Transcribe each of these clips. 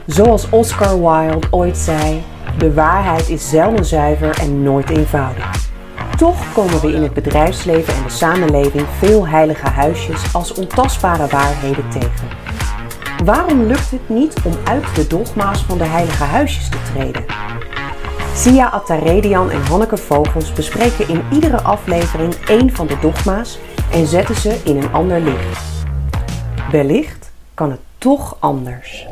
Zoals Oscar Wilde ooit zei, de waarheid is zelden zuiver en nooit eenvoudig. Toch komen we in het bedrijfsleven en de samenleving veel heilige huisjes als ontastbare waarheden tegen. Waarom lukt het niet om uit de dogma's van de heilige huisjes te treden? Sia Attaredian en Hanneke Vogels bespreken in iedere aflevering één van de dogma's en zetten ze in een ander licht. Wellicht kan het toch anders.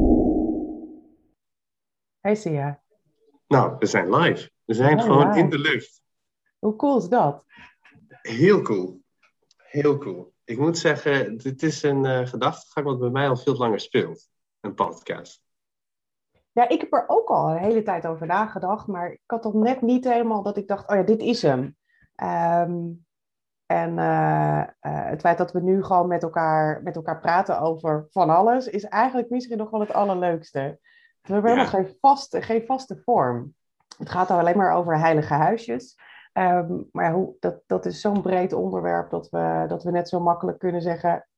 Hey Sia. Nou, we zijn live. We zijn gewoon live. in de lucht. Hoe cool is dat? Heel cool. Heel cool. Ik moet zeggen, dit is een gedachtegang wat bij mij al veel langer speelt. Een podcast. Ja, ik heb er ook al een hele tijd over nagedacht, maar ik had toch net niet helemaal dat ik dacht, oh ja, dit is hem. Het feit dat we nu gewoon met elkaar praten over van alles, is eigenlijk misschien nog wel het allerleukste. We hebben helemaal geen vaste vorm. Het gaat alleen maar over heilige huisjes. Maar ja, dat is zo'n breed onderwerp dat we net zo makkelijk kunnen zeggen,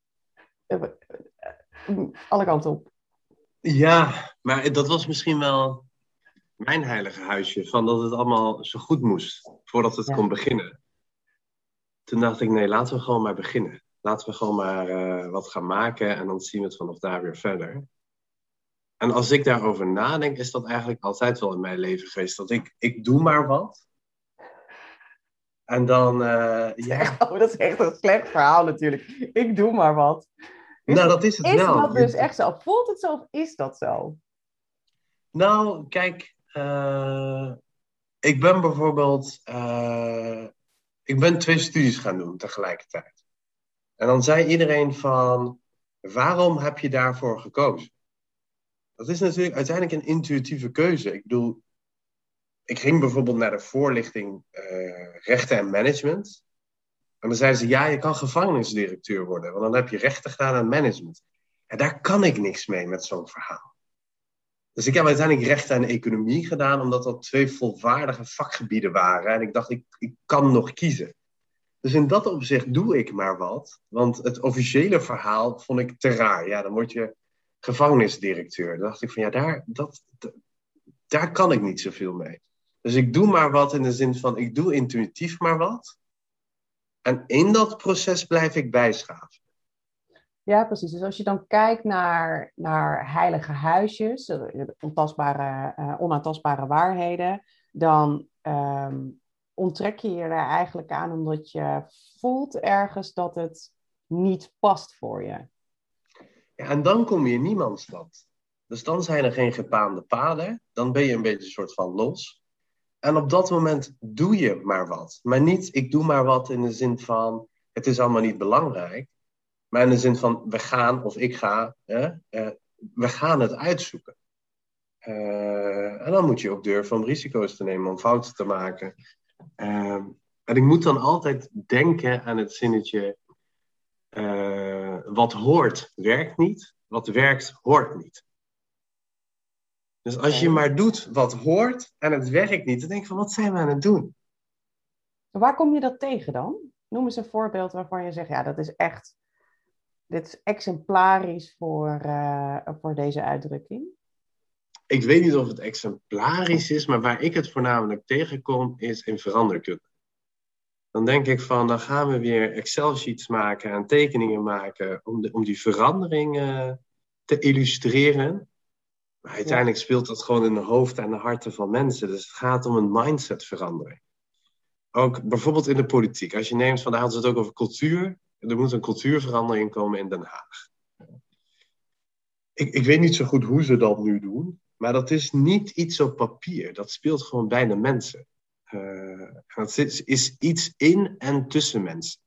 alle kanten op. Ja, maar dat was misschien wel mijn heilige huisje. Van dat het allemaal zo goed moest voordat het kon beginnen. Toen dacht ik, nee, laten we gewoon maar beginnen. Laten we gewoon maar wat gaan maken en dan zien we het vanaf daar weer verder. En als ik daarover nadenk, is dat eigenlijk altijd wel in mijn leven geweest. Dat ik doe maar wat. En dan, Dat is echt een slecht verhaal natuurlijk. Ik doe maar wat. Dat is het wel. Is dat dus echt zo? Voelt het zo of is dat zo? Nou, kijk. Ik ben bijvoorbeeld... ik ben 2 studies gaan doen tegelijkertijd. En dan zei iedereen van... Waarom heb je daarvoor gekozen? Dat is natuurlijk uiteindelijk een intuïtieve keuze. Ik bedoel... Ik ging bijvoorbeeld naar de voorlichting rechten en management. En dan zeiden ze, ja, je kan gevangenisdirecteur worden. Want dan heb je rechten gedaan aan management. En daar kan ik niks mee met zo'n verhaal. Dus ik heb uiteindelijk rechten en economie gedaan. Omdat dat 2 volwaardige vakgebieden waren. En ik dacht, ik kan nog kiezen. Dus in dat opzicht doe ik maar wat. Want het officiële verhaal vond ik te raar. Ja, dan word je gevangenisdirecteur. Dan dacht ik van, ja, daar kan ik niet zoveel mee. Dus ik doe maar wat in de zin van, ik doe intuïtief maar wat. En in dat proces blijf ik bijschaven. Ja, precies. Dus als je dan kijkt naar heilige huisjes, onaantastbare waarheden, dan onttrek je je er eigenlijk aan omdat je voelt ergens dat het niet past voor je. Ja, en dan kom je in niemandsland. Dus dan zijn er geen gebaande paden. Dan ben je een beetje een soort van los. En op dat moment doe je maar wat. Maar niet, ik doe maar wat in de zin van, het is allemaal niet belangrijk. Maar in de zin van, we gaan, of ik ga, we gaan het uitzoeken. En dan moet je ook durven om risico's te nemen, om fouten te maken. En ik moet dan altijd denken aan het zinnetje, wat hoort, werkt niet. Wat werkt, hoort niet. Dus als je maar doet wat hoort en het werkt niet, dan denk je van, wat zijn we aan het doen? Waar kom je dat tegen dan? Noem eens een voorbeeld waarvan je zegt, ja, dit is exemplarisch voor deze uitdrukking. Ik weet niet of het exemplarisch is, maar waar ik het voornamelijk tegenkom, is in veranderkunde. Dan denk ik van, dan gaan we weer Excel-sheets maken en tekeningen maken om die verandering te illustreren. Maar uiteindelijk speelt dat gewoon in de hoofden en de harten van mensen. Dus het gaat om een mindsetverandering. Ook bijvoorbeeld in de politiek. Als je neemt, vandaag hadden ze het ook over cultuur. Er moet een cultuurverandering komen in Den Haag. Ik weet niet zo goed hoe ze dat nu doen. Maar dat is niet iets op papier. Dat speelt gewoon bij de mensen. Het is iets in en tussen mensen.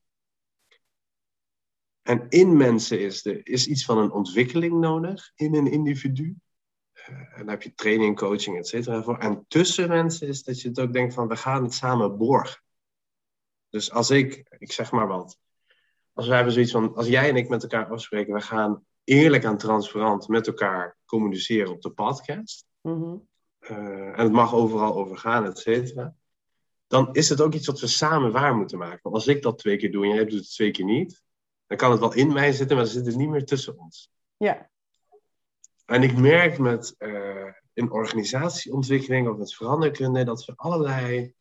En in mensen is iets van een ontwikkeling nodig in een individu. En daar heb je training, coaching, et cetera voor. En tussen mensen is dat je het ook denkt van, we gaan het samen borgen. Dus als ik zeg maar wat. Als wij hebben zoiets van, als jij en ik met elkaar afspreken, we gaan eerlijk en transparant met elkaar communiceren op de podcast. Mm-hmm. En het mag overal over gaan, et cetera. Dan is het ook iets wat we samen waar moeten maken. Want als ik dat 2 keer doe en jij doet het 2 keer niet, dan kan het wel in mij zitten, maar dan zit het niet meer tussen ons. Ja. En ik merk met in organisatieontwikkeling of met veranderkunde dat we allerlei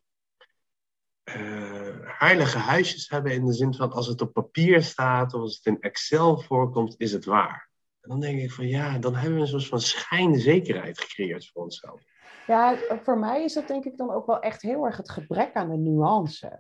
heilige huisjes hebben in de zin van als het op papier staat of als het in Excel voorkomt, is het waar. En dan denk ik van ja, dan hebben we een soort van schijnzekerheid gecreëerd voor onszelf. Ja, voor mij is dat denk ik dan ook wel echt heel erg het gebrek aan de nuance.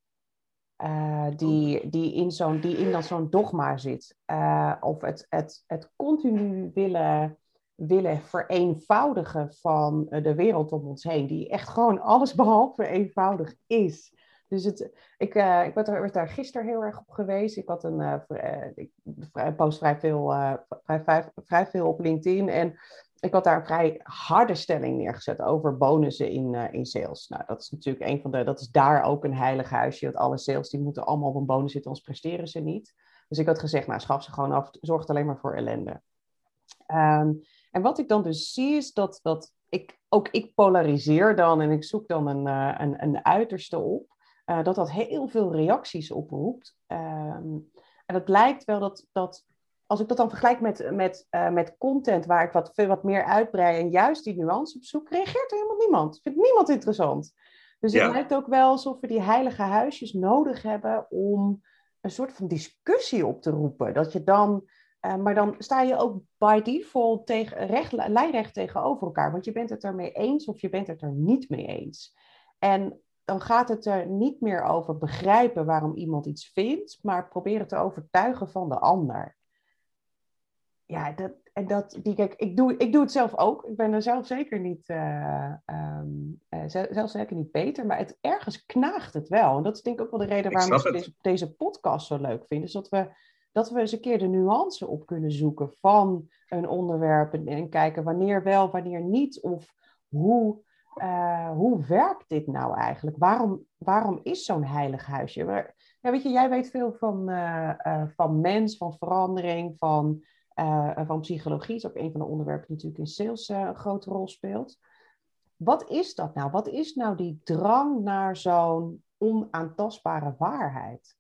Die in dan zo'n dogma zit. Of het continu willen vereenvoudigen van de wereld om ons heen. Die echt gewoon alles behalve eenvoudig is. Dus ik werd daar gisteren heel erg op geweest. Ik had ik post vrij veel op LinkedIn. En ik had daar een vrij harde stelling neergezet over bonussen in sales. Nou, dat is natuurlijk dat is daar ook een heilig huisje. Dat alle sales die moeten allemaal op een bonus zitten, anders presteren ze niet. Dus ik had gezegd, nou, schaf ze gewoon af. Zorgt alleen maar voor ellende. En wat ik dan dus zie is dat ik polariseer dan en ik zoek dan een uiterste op. Dat heel veel reacties oproept. En het lijkt wel dat als ik dat dan vergelijk met content waar ik wat meer uitbrei en juist die nuance op zoek, reageert er helemaal niemand. Vindt niemand interessant. Dus het lijkt ook wel alsof we die heilige huisjes nodig hebben om een soort van discussie op te roepen. Dat je dan, maar dan sta je ook by default lijnrecht tegenover elkaar. Want je bent het ermee eens of je bent het er niet mee eens. En dan gaat het er niet meer over begrijpen waarom iemand iets vindt, maar proberen te overtuigen van de ander. Ja, kijk, ik doe het zelf ook. Ik ben er zelf zeker niet, zelf zeker niet beter, maar ergens knaagt het wel. En dat is denk ik ook wel de reden waarom ik deze podcast zo leuk vind. Is dat we eens een keer de nuance op kunnen zoeken van een onderwerp en kijken wanneer wel, wanneer niet, of hoe werkt dit nou eigenlijk? Waarom is zo'n heilig huisje? Maar, ja, weet je, jij weet veel van mens, van verandering, van psychologie. Dat is ook een van de onderwerpen die natuurlijk in sales een grote rol speelt. Wat is dat nou? Wat is nou die drang naar zo'n onaantastbare waarheid?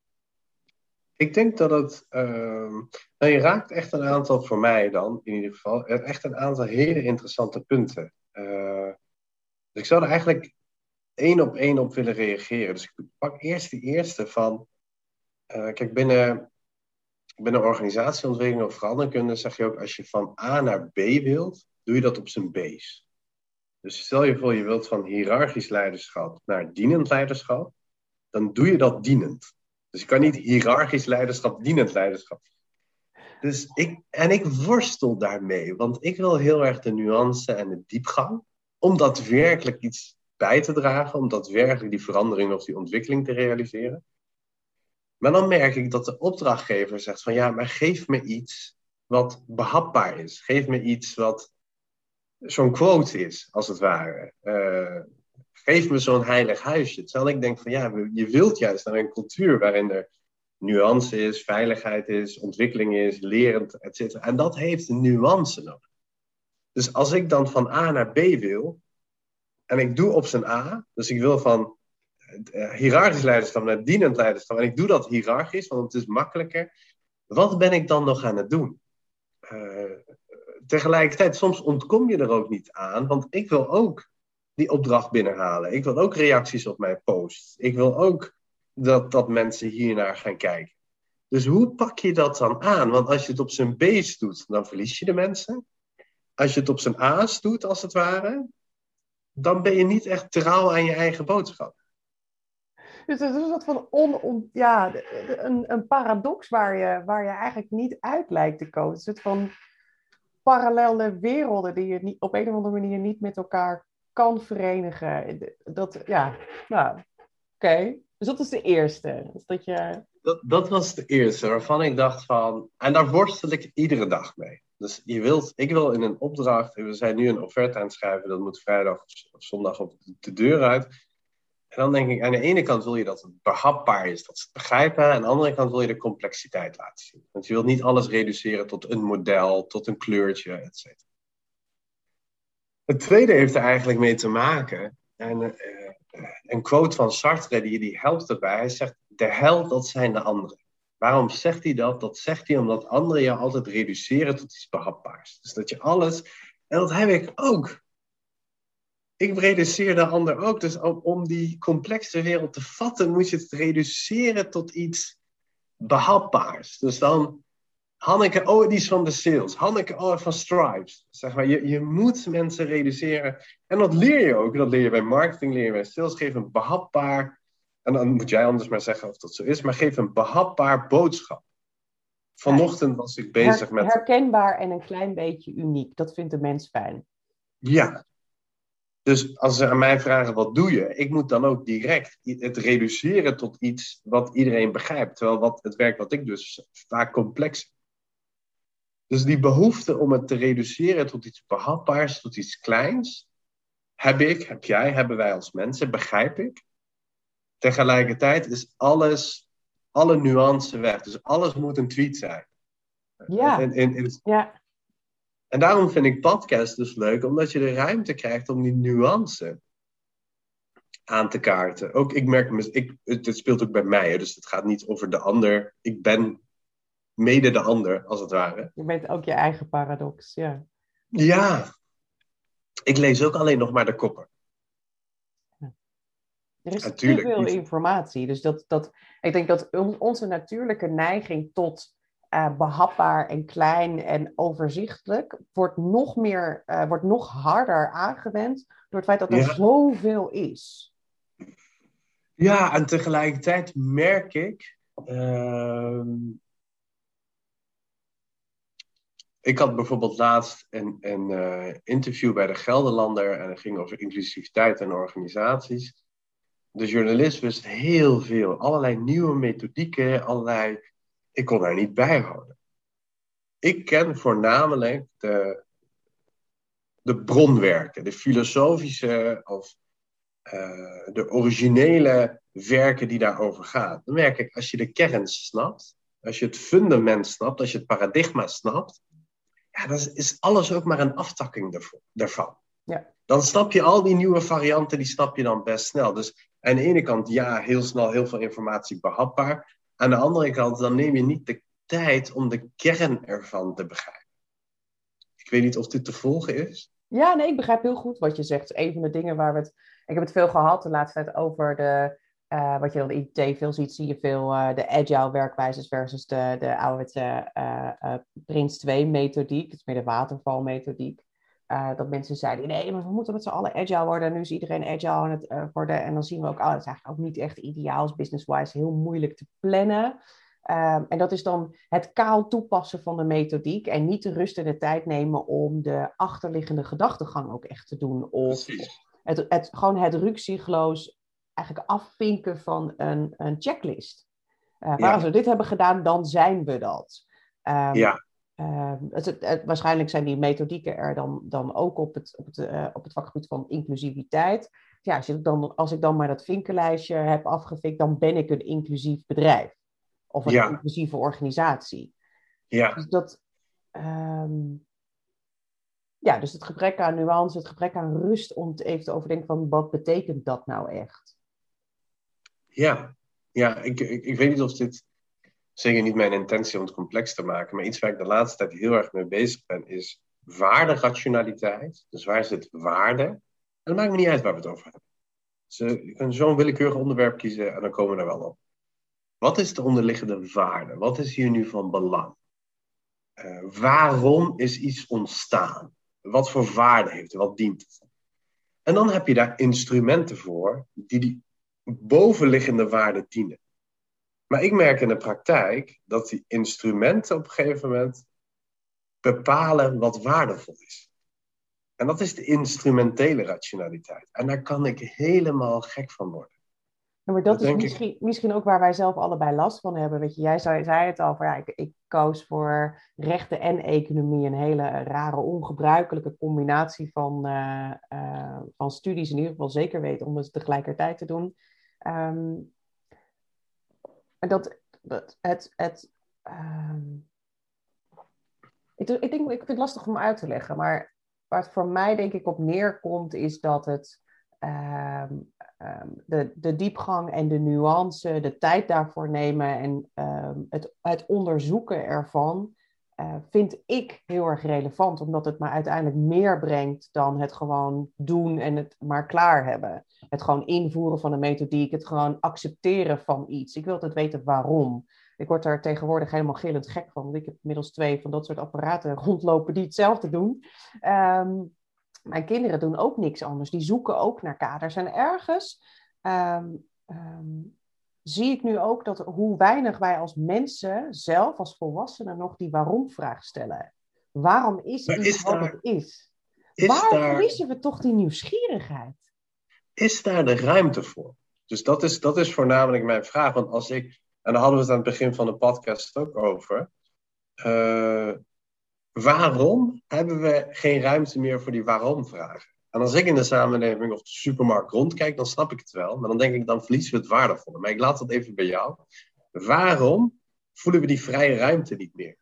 Ik denk dat het... je raakt echt een aantal, voor mij dan in ieder geval, echt een aantal hele interessante punten. Dus ik zou er eigenlijk één op willen reageren. Dus ik pak eerst de eerste van... kijk, binnen organisatieontwikkeling of veranderkunde zeg je ook, als je van A naar B wilt, doe je dat op zijn B's. Dus stel je voor, je wilt van hiërarchisch leiderschap naar dienend leiderschap, dan doe je dat dienend. Dus je kan niet hiërarchisch leiderschap, dienend leiderschap. Dus ik worstel daarmee, want ik wil heel erg de nuance en de diepgang, om daadwerkelijk iets bij te dragen, om daadwerkelijk die verandering of die ontwikkeling te realiseren. Maar dan merk ik dat de opdrachtgever zegt van ja, maar geef me iets wat behapbaar is. Geef me iets wat zo'n quote is, als het ware. Geef me zo'n heilig huisje. Terwijl ik denk van ja, je wilt juist naar een cultuur waarin er nuance is, veiligheid is, ontwikkeling is, lerend, et cetera. En dat heeft een nuance nodig. Dus als ik dan van A naar B wil, en ik doe op zijn A, dus ik wil van hiërarchisch leiderschap naar dienend leiderschap, en ik doe dat hiërarchisch, want het is makkelijker, wat ben ik dan nog aan het doen? Tegelijkertijd, soms ontkom je er ook niet aan, want ik wil ook die opdracht binnenhalen. Ik wil ook reacties op mijn post. Ik wil ook dat mensen hiernaar gaan kijken. Dus hoe pak je dat dan aan? Want als je het op zijn B's doet, dan verlies je de mensen. Als je het op zijn A's doet, als het ware, dan ben je niet echt trouw aan je eigen boodschap. Dus het is een soort van een paradox waar je eigenlijk niet uit lijkt te komen. Een soort van parallele werelden die je op een of andere manier niet met elkaar kan verenigen. Oké. Dus dat is de eerste. Dus dat was de eerste waarvan ik dacht van... En daar worstel ik iedere dag mee. Dus ik wil in een opdracht... We zijn nu een offerte aan het schrijven. Dat moet vrijdag of zondag op de deur uit. En dan denk ik, aan de ene kant wil je dat het behapbaar is. Dat ze het begrijpen. En aan de andere kant wil je de complexiteit laten zien. Want je wilt niet alles reduceren tot een model, tot een kleurtje, et cetera. Het tweede heeft er eigenlijk mee te maken... En een quote van Sartre, die helpt erbij. Hij zegt, de held, dat zijn de anderen. Waarom zegt hij dat? Dat zegt hij omdat anderen jou altijd reduceren tot iets behapbaars. Dus dat je alles... En dat heb ik ook. Ik reduceer de ander ook. Dus om die complexe wereld te vatten, moet je het reduceren tot iets behapbaars. Dus dan... Hanneke, oh, die is van de sales. Hanneke, oh, van Stripes. Zeg maar, je moet mensen reduceren. En dat leer je ook. Dat leer je bij marketing, leer je bij sales. Geef een behapbaar... En dan moet jij anders maar zeggen of dat zo is. Maar geef een behapbaar boodschap. Vanochtend was ik bezig met... Herkenbaar en een klein beetje uniek. Dat vindt de mens fijn. Ja. Dus als ze aan mij vragen, wat doe je? Ik moet dan ook direct het reduceren tot iets wat iedereen begrijpt. Terwijl het werk wat ik dus vaak complex is. Dus die behoefte om het te reduceren tot iets behapbaars, tot iets kleins, heb jij, hebben wij als mensen, begrijp ik. Tegelijkertijd is alle nuance weg. Dus alles moet een tweet zijn. Ja. Ja. En daarom vind ik podcast dus leuk, omdat je de ruimte krijgt om die nuance aan te kaarten. Ook ik merk, het speelt ook bij mij, hè, dus het gaat niet over de ander. Ik ben mede de ander, als het ware. Je bent ook je eigen paradox, ja. Ja. Ik lees ook alleen nog maar de koppen. Er is te veel informatie. Dus ik denk dat onze natuurlijke neiging tot behapbaar en klein en overzichtelijk wordt nog harder aangewend door het feit dat er zoveel is. Ja, en tegelijkertijd merk ik... Ik had bijvoorbeeld laatst een interview bij de Gelderlander en het ging over inclusiviteit en organisaties. De journalist wist heel veel, allerlei nieuwe methodieken, ik kon daar niet bij houden. Ik ken voornamelijk de bronwerken, de filosofische of de originele werken die daarover gaan. Dan merk ik, als je de kern snapt, als je het fundament snapt, als je het paradigma snapt, ja, dan is alles ook maar een aftakking daarvan. Ja. Dan snap je al die nieuwe varianten, die snap je dan best snel. Dus aan de ene kant, ja, heel snel heel veel informatie behapbaar. Aan de andere kant, dan neem je niet de tijd om de kern ervan te begrijpen. Ik weet niet of dit te volgen is. Ja, nee, ik begrijp heel goed wat je zegt. Een van de dingen waar ik heb het veel gehad de laatste tijd over wat je dan in IT veel ziet, zie je veel de agile werkwijzes versus de ouderwetse Prince 2 methodiek. Het is meer de watervalmethodiek. Dat mensen zeiden, nee, maar we moeten met z'n allen agile worden. En nu is iedereen agile aan het worden. En dan zien we ook, dat is eigenlijk ook niet echt ideaal. Business-wise heel moeilijk te plannen. En dat is dan het kaal toepassen van de methodiek. En niet de rust en de tijd nemen om de achterliggende gedachtegang ook echt te doen. Of gewoon het ruksigloos eigenlijk afvinken van een checklist. Maar als we dit hebben gedaan, dan zijn we dat. Waarschijnlijk zijn die methodieken er dan ook op het vakgebied van inclusiviteit. Ja, als ik dan maar dat vinkenlijstje heb afgevinkt, dan ben ik een inclusief bedrijf. Of een inclusieve organisatie. Ja. Dus dus het gebrek aan nuance, het gebrek aan rust om het even te overdenken van wat betekent dat nou echt? Ja, ik weet niet of dit zeker niet mijn intentie om het complex te maken, maar iets waar ik de laatste tijd heel erg mee bezig ben, is waarderationaliteit. Dus waar zit waarde? En het maakt me niet uit waar we het over hebben. Dus, je kan zo'n willekeurig onderwerp kiezen en dan komen we er wel op. Wat is de onderliggende waarde? Wat is hier nu van belang? Waarom is iets ontstaan? Wat voor waarde heeft het? Wat dient het? En dan heb je daar instrumenten voor die bovenliggende waarde dienen. Maar ik merk in de praktijk dat die instrumenten op een gegeven moment bepalen wat waardevol is. En dat is de instrumentele rationaliteit. En daar kan ik helemaal gek van worden. Ja, maar dat is misschien ook waar wij zelf allebei last van hebben. Weet je, jij zei het al, ik koos voor rechten en economie. Een hele rare, ongebruikelijke combinatie van studies. In ieder geval zeker weten om het tegelijkertijd te doen. Ik vind het lastig om uit te leggen. Maar waar het voor mij denk ik op neerkomt is dat het de diepgang en de nuance, de tijd daarvoor nemen en het onderzoeken ervan, vind ik heel erg relevant, omdat het me uiteindelijk meer brengt dan het gewoon doen en het maar klaar hebben. Het gewoon invoeren van een methodiek, het gewoon accepteren van iets. Ik wil altijd weten waarom. Ik word daar tegenwoordig helemaal gillend gek van, want ik heb inmiddels 2 van dat soort apparaten rondlopen die hetzelfde doen. Mijn kinderen doen ook niks anders. Die zoeken ook naar kaders. En ergens zie ik nu ook dat hoe weinig wij als mensen zelf, als volwassenen, nog die waarom-vraag stellen. Waarom is iets wat het is? Waar verliezen we toch die nieuwsgierigheid? Is daar de ruimte voor? Dus dat is voornamelijk mijn vraag. Want als ik, en daar hadden we het aan het begin van de podcast ook over. Waarom hebben we geen ruimte meer voor die waarom-vragen? En als ik in de samenleving of de supermarkt rondkijk, dan snap ik het wel. Maar dan denk ik, dan verliezen we het waardevolle. Maar ik laat dat even bij jou. Waarom voelen we die vrije ruimte niet meer?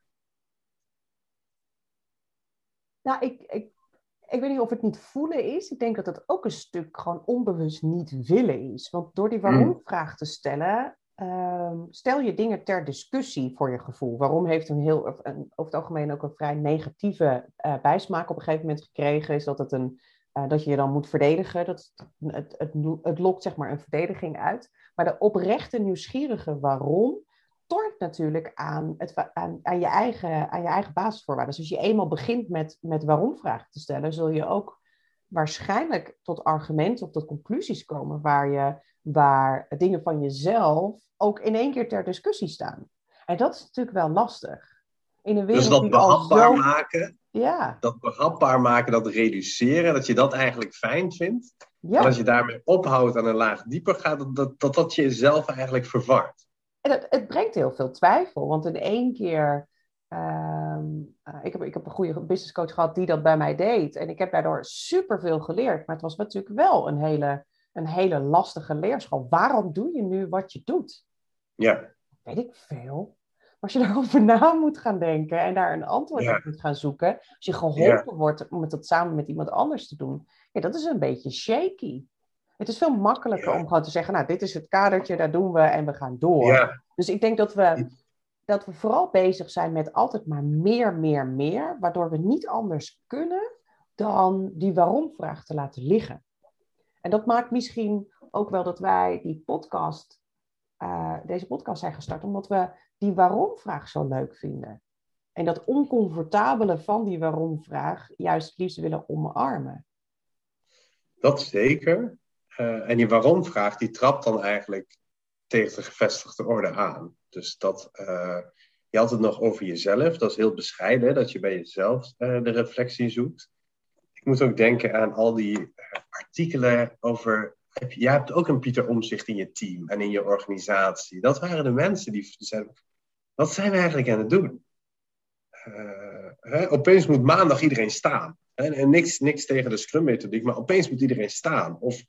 Nou, ik weet niet of het niet voelen is. Ik denk dat het ook een stuk gewoon onbewust niet willen is. Want door die waarom-vraag te stellen, stel je dingen ter discussie voor je gevoel. Waarom heeft over het algemeen ook een vrij negatieve bijsmaak op een gegeven moment gekregen? Is dat dat je je dan moet verdedigen. Het lokt zeg maar een verdediging uit. Maar de oprechte nieuwsgierige waarom tornt natuurlijk aan je eigen basisvoorwaarden. Dus als je eenmaal begint met waarom-vragen te stellen, zul je ook waarschijnlijk tot argumenten of tot conclusies komen waar dingen van jezelf ook in één keer ter discussie staan. En dat is natuurlijk wel lastig. In een wereld dus dat behapbaar maken, ja. Dat behapbaar maken, dat reduceren, dat je dat eigenlijk fijn vindt. Ja. En als je daarmee ophoudt en een laag dieper gaat, dat je jezelf eigenlijk vervangt. En het brengt heel veel twijfel, want in één keer... Ik heb een goede businesscoach gehad die dat bij mij deed. En ik heb daardoor superveel geleerd. Maar het was natuurlijk wel een hele lastige leerschool. Waarom doe je nu wat je doet? Ja. Weet ik veel. Maar als je daarover na moet gaan denken en daar een antwoord op moet gaan zoeken. Als je geholpen wordt om het samen met iemand anders te doen. Ja, dat is een beetje shaky. Het is veel makkelijker om gewoon te zeggen, nou, dit is het kadertje, daar doen we en we gaan door. Ja. Dus ik denk dat we vooral bezig zijn met altijd maar meer, waardoor we niet anders kunnen dan die waarom-vraag te laten liggen. En dat maakt misschien ook wel dat wij deze podcast zijn gestart, omdat we die waarom-vraag zo leuk vinden. En dat oncomfortabele van die waarom-vraag juist het liefst willen omarmen. Dat zeker. En die waarom-vraag, die trapt dan eigenlijk tegen de gevestigde orde aan. Dus je had het nog over jezelf. Dat is heel bescheiden, dat je bij jezelf de reflectie zoekt. Ik moet ook denken aan al die artikelen over... Jij hebt ook een Pieter Omtzigt in je team en in je organisatie. Dat waren de mensen die zeiden... Wat zijn we eigenlijk aan het doen? Opeens moet maandag iedereen staan. En niks tegen de Scrum-methodiek, maar opeens moet iedereen staan. Of...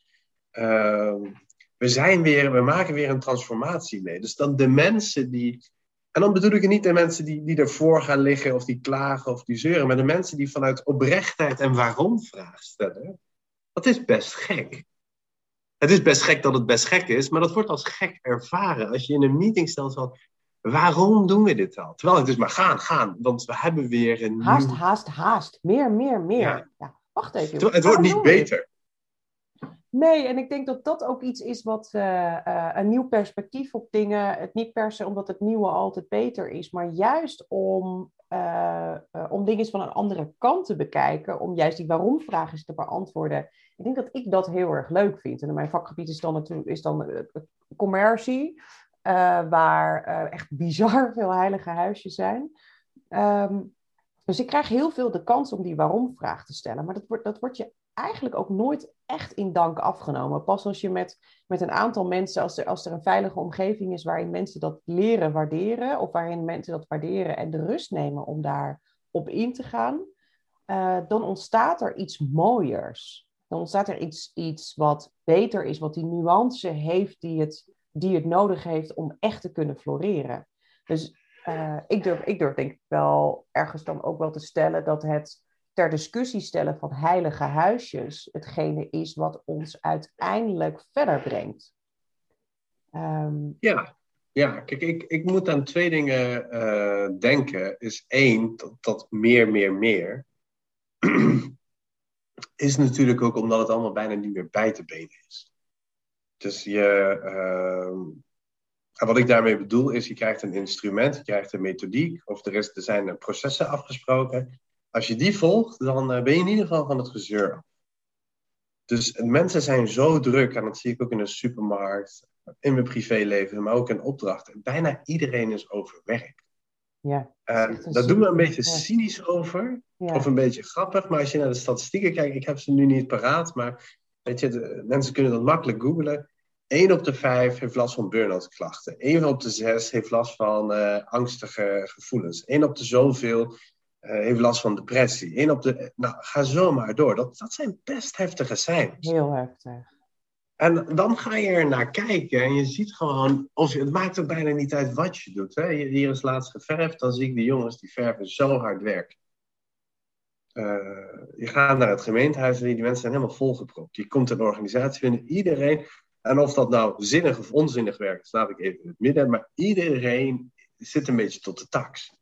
we maken weer een transformatie mee. Dus dan de mensen die... En dan bedoel ik niet de mensen die ervoor gaan liggen of die klagen of die zeuren. Maar de mensen die vanuit oprechtheid en waarom-vraag stellen. Dat is best gek. Het is best gek dat het best gek is. Maar dat wordt als gek ervaren. Als je in een meeting stelt van... Waarom doen we dit dan? Terwijl het dus maar gaan. Want we hebben weer een Haast. Meer. Ja, wacht even. Het wordt niet beter. Nee, en ik denk dat dat ook iets is wat een nieuw perspectief op dingen, het niet per se omdat het nieuwe altijd beter is, maar juist om dingen eens van een andere kant te bekijken, om juist die waarom-vragen eens te beantwoorden. Ik denk dat ik dat heel erg leuk vind. En mijn vakgebied is dan commercie, waar echt bizar veel heilige huisjes zijn. Dus ik krijg heel veel de kans om die waarom-vraag te stellen, maar dat wordt je eigenlijk ook nooit echt in dank afgenomen. Pas als je met een aantal mensen, als er een veilige omgeving is waarin mensen dat leren waarderen, of waarin mensen dat waarderen en de rust nemen om daar op in te gaan, dan ontstaat er iets mooiers. Dan ontstaat er iets wat beter is, wat die nuance heeft die het nodig heeft om echt te kunnen floreren. Dus ik durf denk ik wel ergens dan ook wel te stellen dat het ter discussie stellen van heilige huisjes hetgene is wat ons uiteindelijk verder brengt. Ja, kijk, ik moet aan twee dingen denken. Is één, dat meer is natuurlijk ook omdat het allemaal bijna niet meer bij te benen is. Dus en wat ik daarmee bedoel is, je krijgt een instrument, je krijgt een methodiek, of er zijn processen afgesproken. Als je die volgt, dan ben je in ieder geval van het gezeur af. Dus mensen zijn zo druk, en dat zie ik ook in de supermarkt, in mijn privéleven, maar ook in opdrachten. Bijna iedereen is overwerkt. Ja, daar doen we een beetje cynisch over, of een beetje grappig. Maar als je naar de statistieken kijkt, ik heb ze nu niet paraat, maar weet je, mensen kunnen dat makkelijk googlen. 1 op de 5 heeft last van burn-out klachten. 1 op de 6 heeft last van angstige gevoelens. 1 op de zoveel heeft last van depressie. 1 op de... Nou, ga zo maar door. Dat zijn best heftige cijfers. Heel heftig. En dan ga je er naar kijken en je ziet gewoon... het maakt ook bijna niet uit wat je doet. Hè? Hier is laatst geverfd, dan zie ik de jongens die verven zo hard werken. Je gaat naar het gemeentehuis en die mensen zijn helemaal volgepropt. Je komt een organisatie binnen, iedereen... En of dat nou zinnig of onzinnig werkt, laat ik even in het midden. Maar iedereen zit een beetje tot de tax.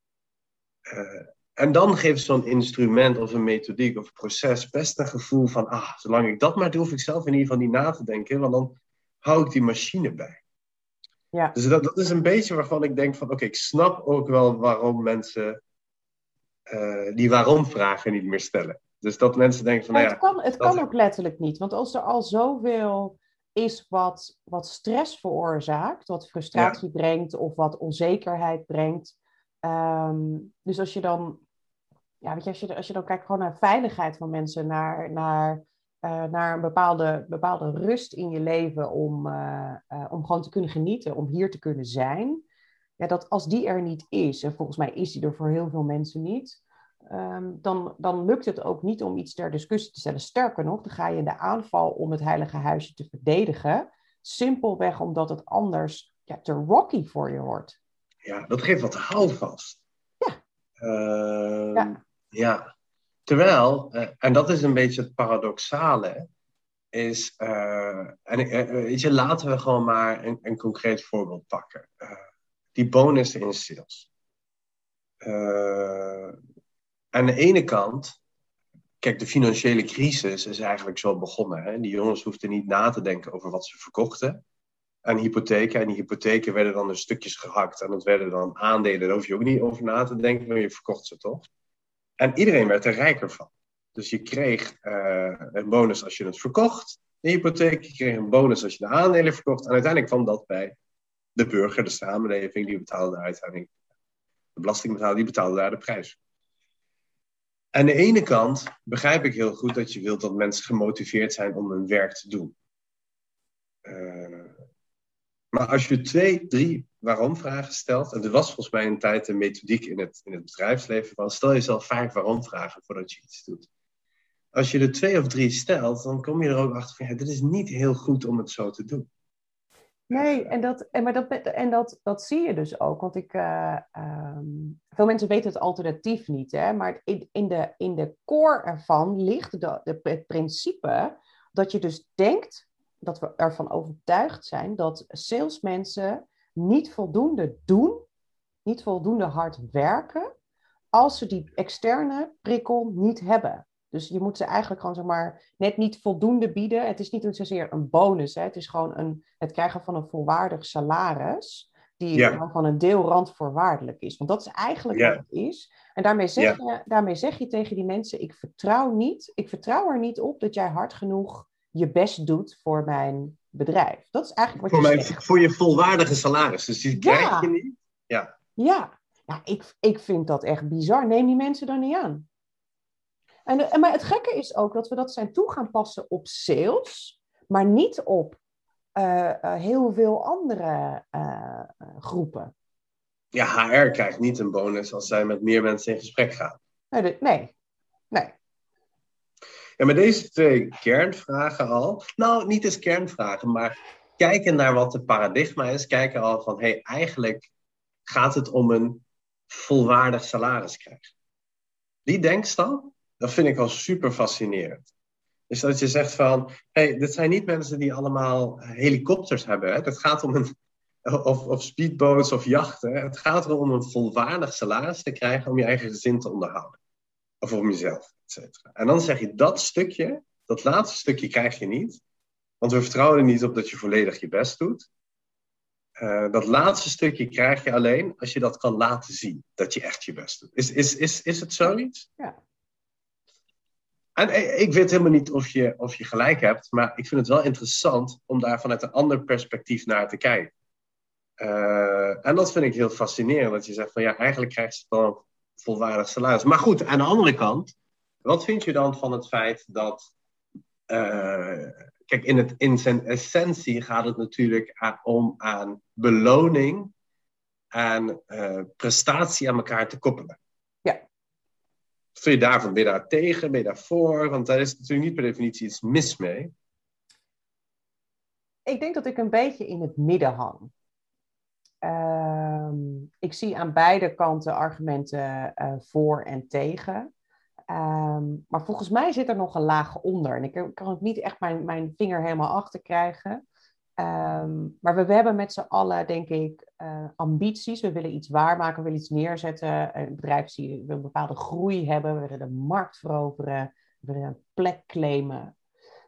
En dan geeft zo'n instrument of een methodiek of een proces best een gevoel van... zolang ik dat maar doe, hoef ik zelf in ieder geval niet na te denken. Want dan hou ik die machine bij. Ja. Dus dat is een beetje waarvan ik denk van... Oké, ik snap ook wel waarom mensen die waarom-vragen niet meer stellen. Dus dat mensen denken van... Het kan ook letterlijk niet. Want als er al zoveel... is wat stress veroorzaakt, wat frustratie brengt of wat onzekerheid brengt. Dus als je dan, als je dan kijkt gewoon naar veiligheid van mensen, naar een bepaalde rust in je leven om gewoon te kunnen genieten, om hier te kunnen zijn. Ja, dat als die er niet is, en volgens mij is die er voor heel veel mensen niet, dan lukt het ook niet om iets ter discussie te stellen. Sterker nog, dan ga je in de aanval om het heilige huisje te verdedigen. Simpelweg omdat het anders te rocky voor je wordt. Ja, dat geeft wat houvast. Ja. Ja. Terwijl, en dat is een beetje het paradoxale, is... weet je, laten we gewoon maar een concreet voorbeeld pakken. Die bonussen in sales. Aan de ene kant, kijk, de financiële crisis is eigenlijk zo begonnen. Hè? Die jongens hoefden niet na te denken over wat ze verkochten aan hypotheken. En die hypotheken werden dan in stukjes gehakt. En dat werden dan aandelen. Daar hoef je ook niet over na te denken, maar je verkocht ze toch. En iedereen werd er rijker van. Dus je kreeg een bonus als je het verkocht, de hypotheek. Je kreeg een bonus als je de aandelen verkocht. En uiteindelijk kwam dat bij de burger, de samenleving. Die betaalde uiteindelijk, de belastingbetaler, die betaalde daar de prijs. Aan de ene kant begrijp ik heel goed dat je wilt dat mensen gemotiveerd zijn om hun werk te doen. Maar als je 2, 3 waarom-vragen stelt, en er was volgens mij een tijd een methodiek in het bedrijfsleven van stel jezelf 5 waarom-vragen voordat je iets doet. Als je er 2 of 3 stelt, dan kom je er ook achter van dit is niet heel goed om het zo te doen. Nee, dat zie je dus ook. Want veel mensen weten het alternatief niet. Hè? Maar in de core ervan ligt het principe dat je dus denkt, dat we ervan overtuigd zijn, dat salesmensen niet voldoende doen, niet voldoende hard werken, als ze die externe prikkel niet hebben. Dus je moet ze eigenlijk gewoon, zeg maar, net niet voldoende bieden. Het is niet zozeer een bonus. Hè? Het is gewoon het krijgen van een volwaardig salaris. Die van een deel randvoorwaardelijk is. Want dat is eigenlijk wat het is. En daarmee zeg je tegen die mensen, ik vertrouw er niet op dat jij hard genoeg je best doet voor mijn bedrijf. Dat is eigenlijk wat je zegt. Voor je volwaardige salaris. Dus die krijg je niet. Ja, ik vind dat echt bizar. Neem die mensen dan niet aan. Maar het gekke is ook dat we dat zijn toe gaan passen op sales, maar niet op heel veel andere groepen. Ja, HR krijgt niet een bonus als zij met meer mensen in gesprek gaan. Nee. Ja, maar deze 2 kernvragen al, nou niet eens kernvragen, maar kijken naar wat de paradigma is, kijken al van, eigenlijk gaat het om een volwaardig salaris krijgen. Die denkstap, Dat vind ik al super fascinerend. Dus dat je zegt van, hey, dit zijn niet mensen die allemaal helikopters hebben. Hè? Het gaat om of speedboats of jachten. Het gaat erom een volwaardig salaris te krijgen om je eigen gezin te onderhouden. Of om jezelf, et cetera. En dan zeg je dat laatste stukje krijg je niet. Want we vertrouwen er niet op dat je volledig je best doet. Dat laatste stukje krijg je alleen als je dat kan laten zien. Dat je echt je best doet. Is het zoiets? Ja. En ik weet helemaal niet of je gelijk hebt. Maar ik vind het wel interessant om daar vanuit een ander perspectief naar te kijken. En dat vind ik heel fascinerend. Dat je zegt van ja, eigenlijk krijgt ze dan een volwaardig salaris. Maar goed, aan de andere kant. Wat vind je dan van het feit dat... kijk, in zijn essentie gaat het natuurlijk om aan beloning en prestatie aan elkaar te koppelen. Ja. Vind je daarvan, ben je daar tegen, ben je daarvoor? Want daar is natuurlijk niet per definitie iets mis mee. Ik denk dat ik een beetje in het midden hang. Ik zie aan beide kanten argumenten voor en tegen. Maar volgens mij zit er nog een laag onder. En ik kan ook niet echt mijn vinger helemaal achter krijgen. Maar we hebben met z'n allen, denk ik, ambities. We willen iets waarmaken, we willen iets neerzetten. Een bedrijf wil een bepaalde groei hebben. We willen de markt veroveren. We willen een plek claimen.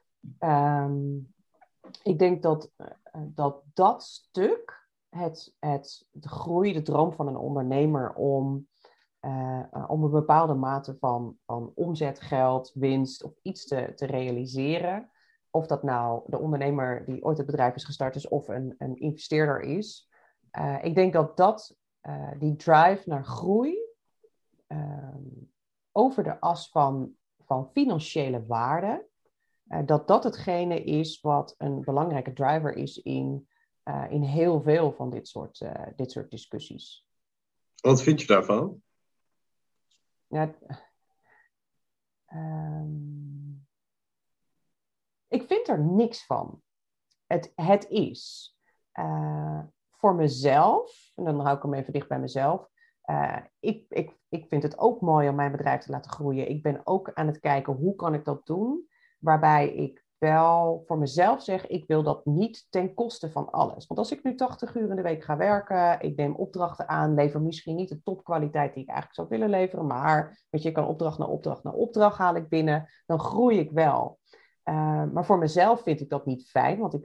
Ik denk dat stuk, de groei, de droom van een ondernemer om een bepaalde mate van omzet, geld, winst of iets te realiseren. Of dat nou de ondernemer die ooit het bedrijf is gestart is of een investeerder is. Ik denk dat die drive naar groei over de as van financiële waarde, dat hetgene is wat een belangrijke driver is in heel veel van dit soort discussies. Wat vind je daarvan? Ja, ik vind er niks van. Het is voor mezelf, en dan hou ik hem even dicht bij mezelf. Ik vind het ook mooi om mijn bedrijf te laten groeien. Ik ben ook aan het kijken hoe kan ik dat doen, waarbij ik wel voor mezelf zeg, ik wil dat niet ten koste van alles. Want als ik nu 80 uur in de week ga werken, ik neem opdrachten aan, lever misschien niet de topkwaliteit die ik eigenlijk zou willen leveren, maar weet je, ik kan opdracht na opdracht na opdracht haal ik binnen, dan groei ik wel. Maar voor mezelf vind ik dat niet fijn, want ik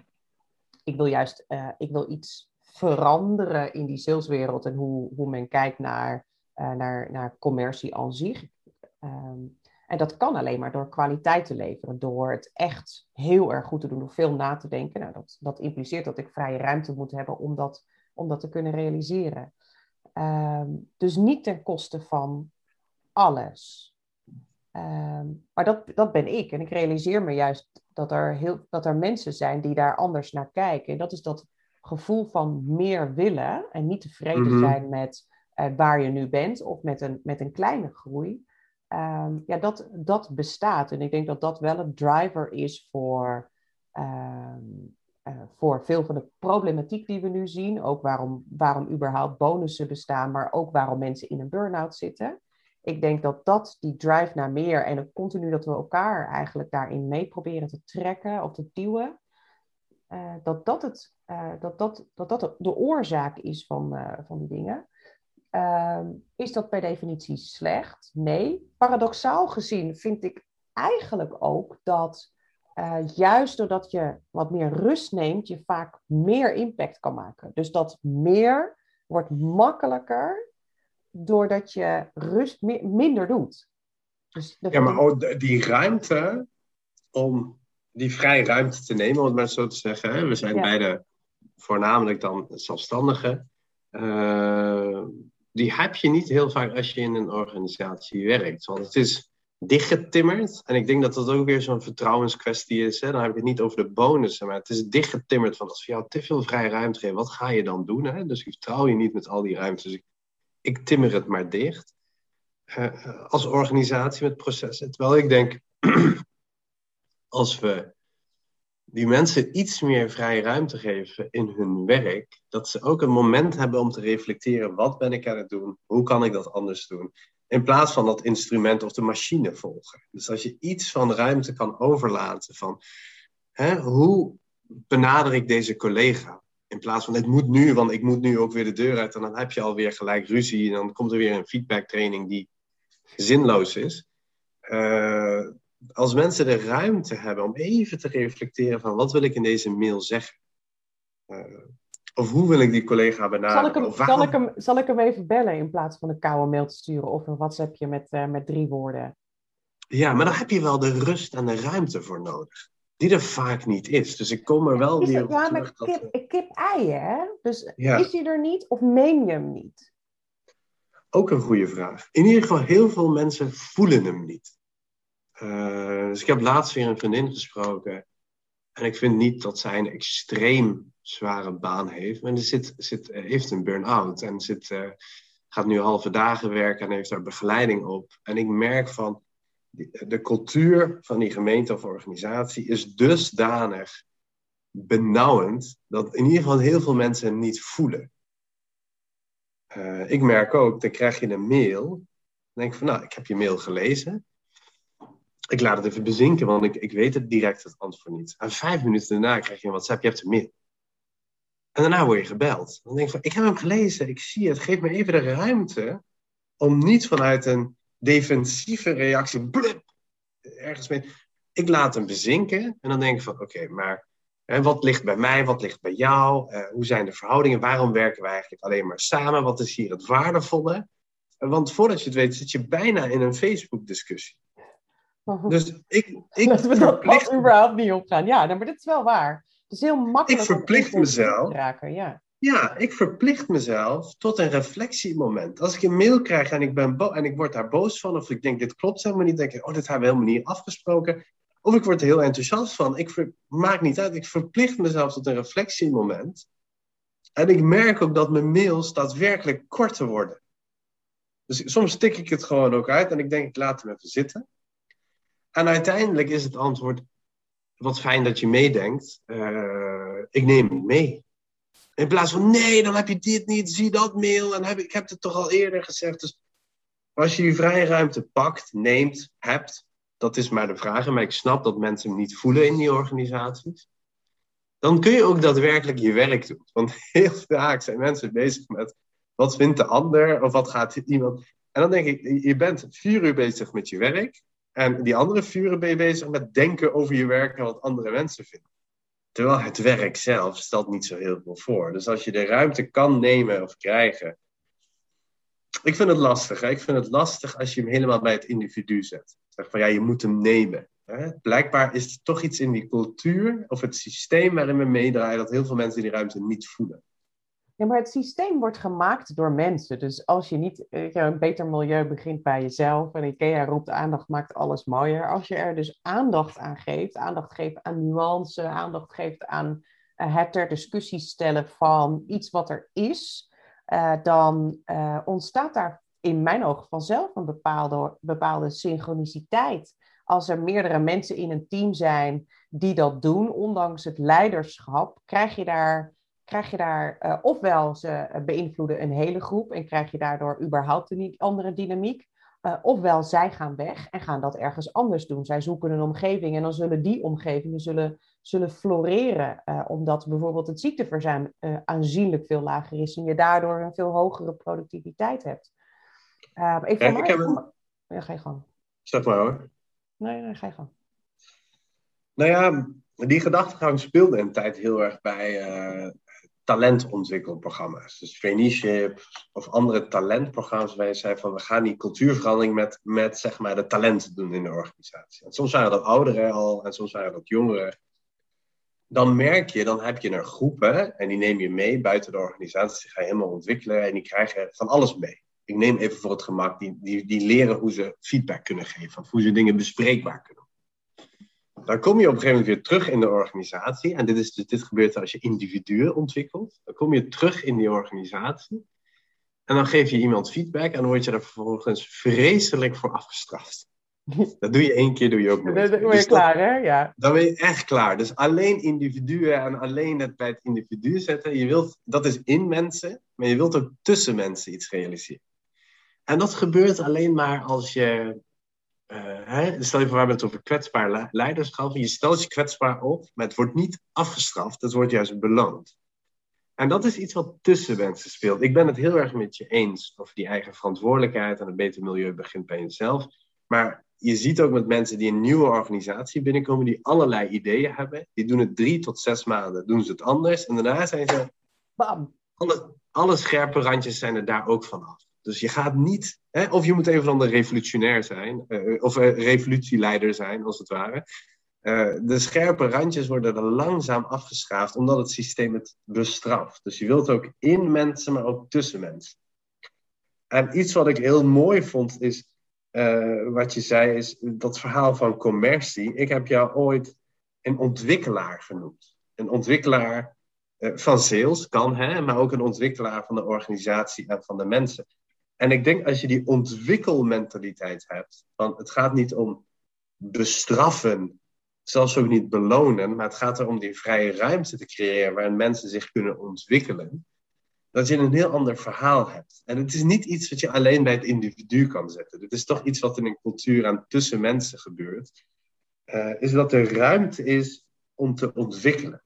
wil iets veranderen in die saleswereld en hoe men kijkt naar commercie aan zich. En dat kan alleen maar door kwaliteit te leveren, door het echt heel erg goed te doen, door veel na te denken. Nou, dat impliceert dat ik vrije ruimte moet hebben om dat te kunnen realiseren. Dus niet ten koste van alles. Maar dat ben ik. En ik realiseer me juist dat er mensen zijn die daar anders naar kijken. En dat is dat gevoel van meer willen en niet tevreden zijn met waar je nu bent of met een kleine groei. Dat bestaat. En ik denk dat dat wel een driver is voor veel van de problematiek die we nu zien. Ook waarom überhaupt bonussen bestaan, maar ook waarom mensen in een burn-out zitten. Ik denk dat die drive naar meer en ook continu dat we elkaar eigenlijk daarin mee proberen te trekken of te duwen, dat de oorzaak is van die dingen. Is dat per definitie slecht? Nee. Paradoxaal gezien vind ik eigenlijk ook dat juist doordat je wat meer rust neemt, je vaak meer impact kan maken. Dus dat meer wordt makkelijker doordat je rust minder doet. Dus maar ook die ruimte om die vrije ruimte te nemen, om het maar zo te zeggen. Hè? We zijn beide voornamelijk dan zelfstandigen. Die heb je niet heel vaak als je in een organisatie werkt. Want het is dichtgetimmerd. En ik denk dat dat ook weer zo'n vertrouwenskwestie is. Hè? Dan heb ik het niet over de bonussen. Maar het is dichtgetimmerd. Van als we jou te veel vrije ruimte geven, wat ga je dan doen? Hè? Dus ik vertrouw je niet met al die ruimte. Dus ik timmer het maar dicht. Als organisatie met processen. Terwijl ik denk, als we die mensen iets meer vrije ruimte geven in hun werk, dat ze ook een moment hebben om te reflecteren, wat ben ik aan het doen, hoe kan ik dat anders doen, in plaats van dat instrument of de machine volgen. Dus als je iets van ruimte kan overlaten van, hoe benader ik deze collega, in plaats van het moet nu, want ik moet nu ook weer de deur uit en dan heb je alweer gelijk ruzie en dan komt er weer een feedbacktraining die zinloos is. Als mensen de ruimte hebben om even te reflecteren van wat wil ik in deze mail zeggen? Of hoe wil ik die collega benaderen? Zal ik hem even bellen in plaats van een koude mail te sturen of een WhatsAppje met 3 woorden? Ja, maar daar heb je wel de rust en de ruimte voor nodig. Die er vaak niet is. Dus ik kom er wel weer op terug. Kip-ei, hè? Dus ja. Is hij er niet of meen je hem niet? Ook een goede vraag. In ieder geval, heel veel mensen voelen hem niet. Dus ik heb laatst weer een vriendin gesproken. En ik vind niet dat zij een extreem zware baan heeft. Maar heeft een burn-out. En gaat nu halve dagen werken en heeft daar begeleiding op. En ik merk van de cultuur van die gemeente of organisatie is dusdanig benauwend dat in ieder geval heel veel mensen hem niet voelen. Ik merk ook, dan krijg je een mail. Dan denk ik van, ik heb je mail gelezen. Ik laat het even bezinken, want ik weet het direct het antwoord niet. En 5 minuten daarna krijg je een WhatsApp, je hebt een mail. En daarna word je gebeld. Dan denk ik van, ik heb hem gelezen, ik zie het. Geef me even de ruimte om niet vanuit een defensieve reactie, ergens mee. Ik laat hem bezinken en dan denk ik van, oké, maar wat ligt bij mij, wat ligt bij jou? Hoe zijn de verhoudingen? Waarom werken we eigenlijk alleen maar samen? Wat is hier het waardevolle? Want voordat je het weet, zit je bijna in een Facebook-discussie. Dus ik verplicht überhaupt niet opgaan. Ja, maar dat is wel waar. Het is heel makkelijk. Ik verplicht mezelf. Raken, ja. Ja, ik verplicht mezelf tot een reflectiemoment. Als ik een mail krijg en ik ben en ik word daar boos van, of ik denk dit klopt helemaal niet, denk ik, dit hebben we helemaal niet afgesproken. Of ik word er heel enthousiast van. Maakt niet uit. Ik verplicht mezelf tot een reflectiemoment. En ik merk ook dat mijn mails daadwerkelijk korter worden. Dus soms tik ik het gewoon ook uit en ik denk, ik laat hem even zitten. En uiteindelijk is het antwoord, wat fijn dat je meedenkt. Ik neem het mee. In plaats van, nee, dan heb je dit niet, zie dat mail. En ik heb het toch al eerder gezegd. Dus als je die vrije ruimte pakt, neemt, hebt, dat is maar de vraag. Maar ik snap dat mensen hem niet voelen in die organisaties. Dan kun je ook daadwerkelijk je werk doen. Want heel vaak zijn mensen bezig met, wat vindt de ander? Of wat gaat iemand... En dan denk ik, je bent 4 uur bezig met je werk. En die andere 4 uur ben je bezig met denken over je werk en wat andere mensen vinden. Terwijl het werk zelf stelt niet zo heel veel voor. Dus als je de ruimte kan nemen of krijgen. Ik vind het lastig. Hè? Ik vind het lastig als je hem helemaal bij het individu zet. Zeg van je moet hem nemen. Hè? Blijkbaar is er toch iets in die cultuur of het systeem waarin we meedraaien dat heel veel mensen die ruimte niet voelen. Ja, maar het systeem wordt gemaakt door mensen. Dus als je niet een beter milieu begint bij jezelf. En IKEA roept aandacht maakt alles mooier. Als je er dus aandacht geeft aan nuance, aandacht geeft aan het ter discussie stellen van iets wat er is. Dan ontstaat daar in mijn ogen vanzelf een bepaalde synchroniciteit. Als er meerdere mensen in een team zijn die dat doen, ondanks het leiderschap, krijg je daar ofwel ze beïnvloeden een hele groep en krijg je daardoor überhaupt een andere dynamiek. Ofwel zij gaan weg en gaan dat ergens anders doen. Zij zoeken een omgeving en dan zullen die omgevingen zullen floreren. Omdat bijvoorbeeld het ziekteverzuim aanzienlijk veel lager is en je daardoor een veel hogere productiviteit hebt. Ja, ga je gang. Zeg maar hoor. Nee, ga je gang. Nou ja, die gedachtegang speelde een tijd heel erg bij talentontwikkelprogramma's. Dus traineeship of andere talentprogramma's waar je zei van we gaan die cultuurverandering met zeg maar de talenten doen in de organisatie. En soms waren dat ouderen al en soms waren dat jongeren. Dan merk je, dan heb je een groep en die neem je mee buiten de organisatie. Die ga je helemaal ontwikkelen en die krijgen van alles mee. Ik neem even voor het gemak, die leren hoe ze feedback kunnen geven. Of hoe ze dingen bespreekbaar kunnen. Dan kom je op een gegeven moment weer terug in de organisatie. En dit gebeurt als je individuen ontwikkelt. Dan kom je terug in die organisatie. En dan geef je iemand feedback. En dan word je er vervolgens vreselijk voor afgestraft. Dat doe je 1 keer, doe je ook Dan nooit meer. ben je Dus klaar, hè? Ja. dan ben je echt klaar. Dus alleen individuen en alleen het bij het individu zetten. Dat is in mensen, maar je wilt ook tussen mensen iets realiseren. En dat gebeurt alleen maar als je... stel je voor, we hebben het over kwetsbaar leiderschap. Je stelt je kwetsbaar op, maar het wordt niet afgestraft. Het wordt juist beloond. En dat is iets wat tussen mensen speelt. Ik ben het heel erg met je eens over die eigen verantwoordelijkheid en een beter milieu begint bij jezelf. Maar je ziet ook met mensen die een nieuwe organisatie binnenkomen, die allerlei ideeën hebben. Die doen het 3 tot 6 maanden, doen ze het anders. En daarna zijn ze... Bam. Alle scherpe randjes zijn er daar ook vanaf. Dus je gaat niet... of je moet een of andere revolutionair zijn. Of revolutieleider zijn, als het ware. De scherpe randjes worden er langzaam afgeschaafd, omdat het systeem het bestraft. Dus je wilt ook in mensen, maar ook tussen mensen. En iets wat ik heel mooi vond is, wat je zei, is dat verhaal van commercie. Ik heb jou ooit een ontwikkelaar genoemd. Een ontwikkelaar van sales kan, maar ook een ontwikkelaar van de organisatie en van de mensen. En ik denk als je die ontwikkelmentaliteit hebt, van het gaat niet om bestraffen, zelfs ook niet belonen, maar het gaat erom die vrije ruimte te creëren waarin mensen zich kunnen ontwikkelen, dat je een heel ander verhaal hebt. En het is niet iets wat je alleen bij het individu kan zetten. Het is toch iets wat in een cultuur aan tussen mensen gebeurt. Is dat er ruimte is om te ontwikkelen.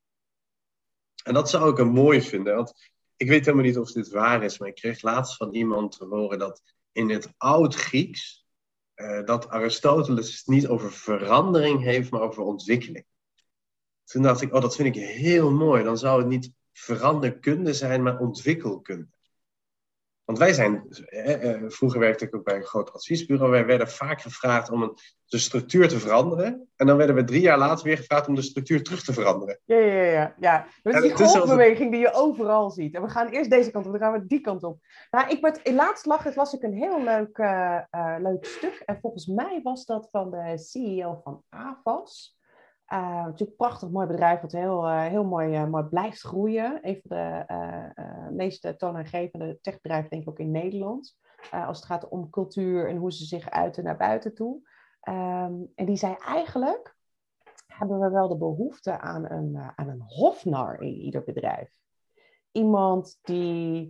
En dat zou ik een mooi vinden, want ik weet helemaal niet of dit waar is, maar ik kreeg laatst van iemand te horen dat in het Oud-Grieks dat Aristoteles het niet over verandering heeft, maar over ontwikkeling. Toen dacht ik, dat vind ik heel mooi. Dan zou het niet veranderkunde zijn, maar ontwikkelkunde. Want wij zijn, vroeger werkte ik ook bij een groot adviesbureau, wij werden vaak gevraagd om de structuur te veranderen. En dan werden we 3 jaar later weer gevraagd om de structuur terug te veranderen. Ja. Dat is die golfbeweging die je overal ziet. En we gaan eerst deze kant op, dan gaan we die kant op. Nou, laatst las ik een heel leuk stuk. En volgens mij was dat van de CEO van Avas. Natuurlijk een prachtig mooi bedrijf wat heel mooi blijft groeien. Een van de meest toonaangevende techbedrijven denk ik ook in Nederland. Als het gaat om cultuur en hoe ze zich uiten naar buiten toe. En die zei eigenlijk hebben we wel de behoefte aan een hofnar in ieder bedrijf. Iemand die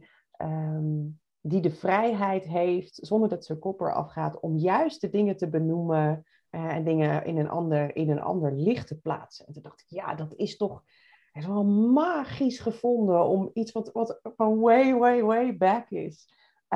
de vrijheid heeft, zonder dat zijn kop eraf gaat, om juist de dingen te benoemen en dingen in een ander licht te plaatsen. En toen dacht ik, dat is toch wel magisch gevonden om iets wat van way back is.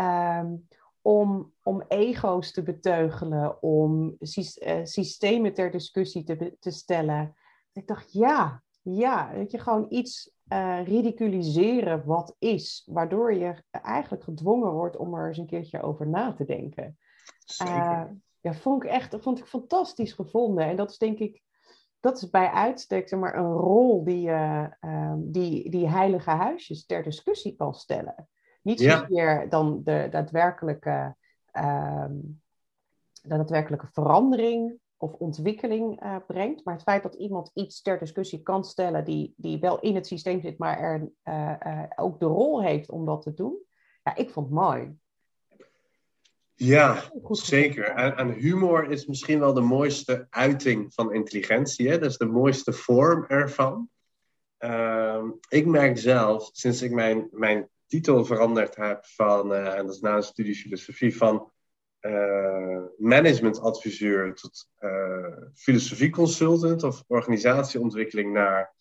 Om ego's te beteugelen, om systemen ter discussie te stellen. Ik dacht, dat je gewoon iets ridiculiseren wat is, waardoor je eigenlijk gedwongen wordt om er eens een keertje over na te denken. Zeker. Vond ik fantastisch gevonden. En dat is denk ik, dat is bij uitstek zeg maar een rol die heilige huisjes ter discussie kan stellen. Niet zozeer dan de daadwerkelijke verandering of ontwikkeling brengt, maar het feit dat iemand iets ter discussie kan stellen die wel in het systeem zit, maar ook de rol heeft om dat te doen. Ja, ik vond het mooi. Ja, zeker. En humor is misschien wel de mooiste uiting van intelligentie. Hè? Dat is de mooiste vorm ervan. Ik merk zelf, sinds ik mijn titel veranderd heb van, en dat is na een studie filosofie, van managementadviseur tot filosofieconsultant of organisatieontwikkeling naar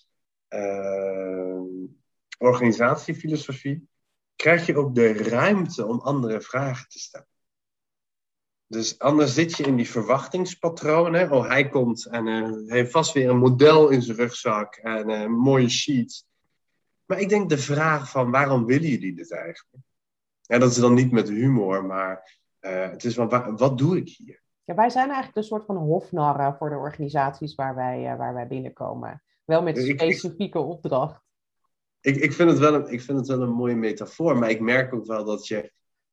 organisatiefilosofie, krijg je ook de ruimte om andere vragen te stellen. Dus anders zit je in die verwachtingspatronen. Oh, hij komt en heeft vast weer een model in zijn rugzak en mooie sheets. Maar ik denk de vraag van waarom willen jullie dit eigenlijk? En dat is dan niet met humor, maar het is van wat doe ik hier? Ja, wij zijn eigenlijk een soort van hofnarren voor de organisaties waar wij binnenkomen. Wel met een specifieke opdracht. Ik vind het wel een mooie metafoor, maar ik merk ook wel dat je...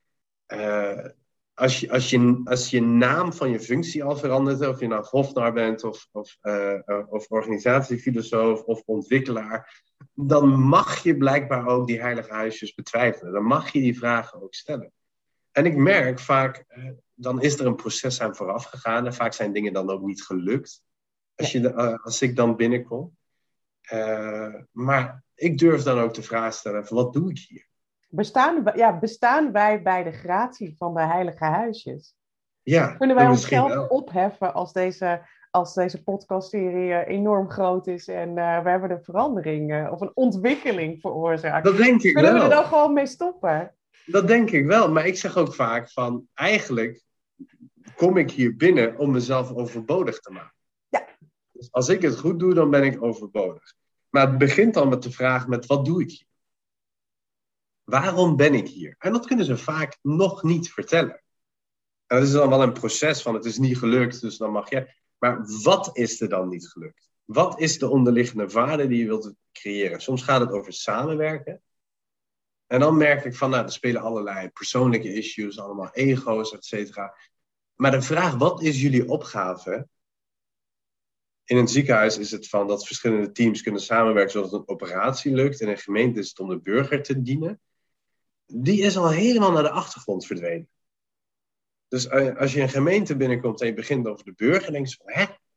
Als je naam van je functie al verandert, of je nou hofnar bent of organisatiefilosoof of ontwikkelaar, dan mag je blijkbaar ook die heilige huisjes betwijfelen. Dan mag je die vragen ook stellen. En ik merk vaak, dan is er een proces aan vooraf gegaan. En vaak zijn dingen dan ook niet gelukt. Als ik dan binnenkom. Maar ik durf dan ook de vraag te stellen, wat doe ik hier? Bestaan wij bij de gratie van de heilige huisjes? Ja, kunnen wij misschien onszelf opheffen als deze podcastserie enorm groot is en we hebben een verandering of een ontwikkeling veroorzaakt? Dat denk ik Kunnen wel. we er dan gewoon mee stoppen? Dat denk ik wel, maar ik zeg ook vaak van, eigenlijk kom ik hier binnen om mezelf overbodig te maken. Ja. Dus als ik het goed doe, dan ben ik overbodig. Maar het begint dan met de vraag met, wat doe ik hier? Waarom ben ik hier? En dat kunnen ze vaak nog niet vertellen. En dat is dan wel een proces van, het is niet gelukt, dus dan mag je. Maar wat is er dan niet gelukt? Wat is de onderliggende waarde die je wilt creëren? Soms gaat het over samenwerken. En dan merk ik van, er spelen allerlei persoonlijke issues, allemaal ego's, et cetera. Maar de vraag, wat is jullie opgave? In een ziekenhuis is het van dat verschillende teams kunnen samenwerken zodat een operatie lukt. In een gemeente is het om de burger te dienen. Die is al helemaal naar de achtergrond verdwenen. Dus als je een gemeente binnenkomt en je begint over de burger, denk je van,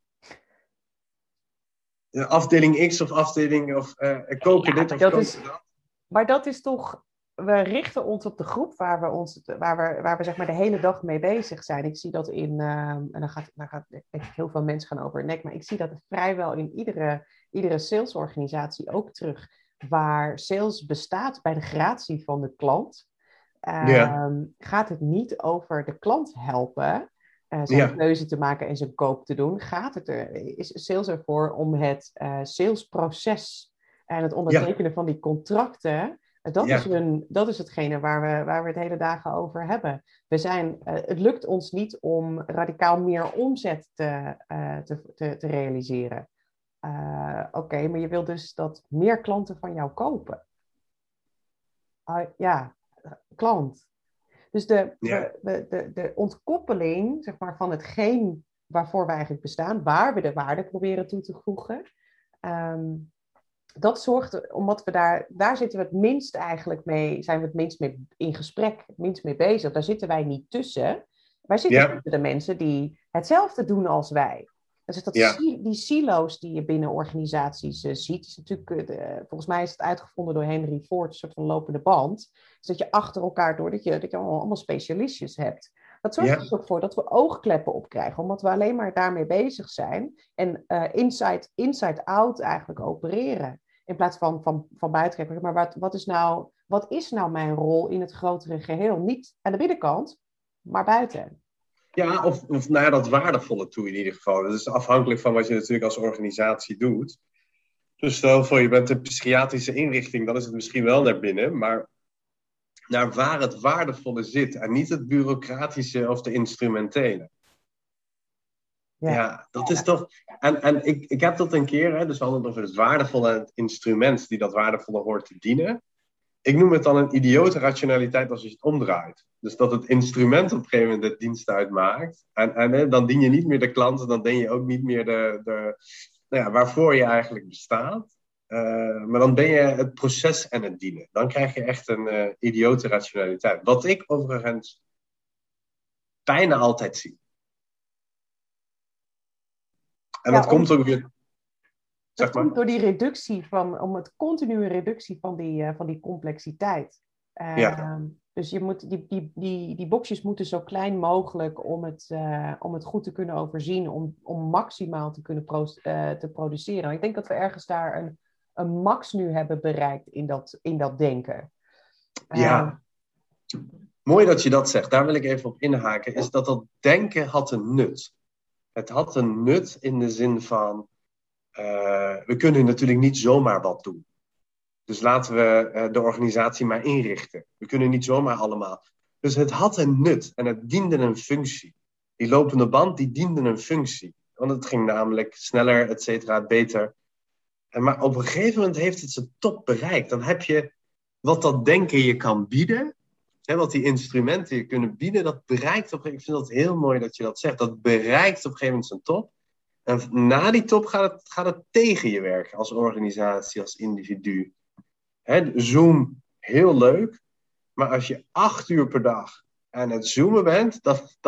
afdeling X of afdeling of koken dit of koken dat. Maar dat is toch, we richten ons op de groep waar we zeg maar de hele dag mee bezig zijn. Ik zie dat en dan gaat denk ik heel veel mensen gaan over hun nek, maar ik zie dat vrijwel in iedere salesorganisatie ook terug, waar sales bestaat bij de gratie van de klant. Gaat het niet over de klant helpen, zijn keuze te maken en zijn koop te doen. Is sales ervoor om het salesproces en het ondertekenen van die contracten, dat is hetgene waar we het hele dagen over hebben. Het lukt ons niet om radicaal meer omzet te realiseren. Oké, maar je wil dus dat meer klanten van jou kopen. Klant. Dus de ontkoppeling, zeg maar, van hetgeen waarvoor wij eigenlijk bestaan, waar we de waarde proberen toe te voegen, dat zorgt, omdat we daar zitten we het minst eigenlijk mee, zijn we het minst mee in gesprek, het minst mee bezig. Daar zitten wij niet tussen. Wij zitten tussen de mensen die hetzelfde doen als wij. Dus die silo's die je binnen organisaties ziet, is natuurlijk, volgens mij is het uitgevonden door Henry Ford, een soort van lopende band. Dus dat je achter elkaar dat je allemaal specialistjes hebt. Dat zorgt er ook voor dat we oogkleppen opkrijgen, omdat we alleen maar daarmee bezig zijn en inside out eigenlijk opereren. In plaats van buiten kijken. Maar wat is nou mijn rol in het grotere geheel? Niet aan de binnenkant, maar buiten. Ja, of dat waardevolle toe in ieder geval. Dat is afhankelijk van wat je natuurlijk als organisatie doet. Dus stel voor, je bent een psychiatrische inrichting, dan is het misschien wel naar binnen, maar naar waar het waardevolle zit en niet het bureaucratische of de instrumentele. Ja, dat is toch. En ik heb dat een keer, dus we hadden het over het waardevolle en het instrument die dat waardevolle hoort te dienen. Ik noem het dan een idiote rationaliteit als je het omdraait. Dus dat het instrument op een gegeven moment de dienst uitmaakt. En dan dien je niet meer de klant, dan dien je ook niet meer waarvoor je eigenlijk bestaat. Maar dan ben je het proces en het dienen. Dan krijg je echt een idiote rationaliteit. Wat ik overigens bijna altijd zie. En dat komt ook weer. Dat komt door die reductie om het continue reductie van die complexiteit. Dus je moet die boxjes moeten zo klein mogelijk om het goed te kunnen overzien, om maximaal te kunnen te produceren. Ik denk dat we ergens daar een max nu hebben bereikt in dat denken. Mooi dat je dat zegt. Daar wil ik even op inhaken. Is dat denken had een nut. Het had een nut in de zin van, we kunnen natuurlijk niet zomaar wat doen. Dus laten we de organisatie maar inrichten. We kunnen niet zomaar allemaal. Dus het had een nut en het diende een functie. Die lopende band, die diende een functie. Want het ging namelijk sneller, et cetera, beter. Maar op een gegeven moment heeft het zijn top bereikt. Dan heb je wat dat denken je kan bieden. Wat die instrumenten je kunnen bieden, dat bereikt op een gegeven moment. Ik vind dat heel mooi dat je dat zegt. Dat bereikt op een gegeven moment zijn top. En na die top gaat het tegen je werken als organisatie, als individu. Zoom, heel leuk. Maar als je 8 uur per dag aan het zoomen bent,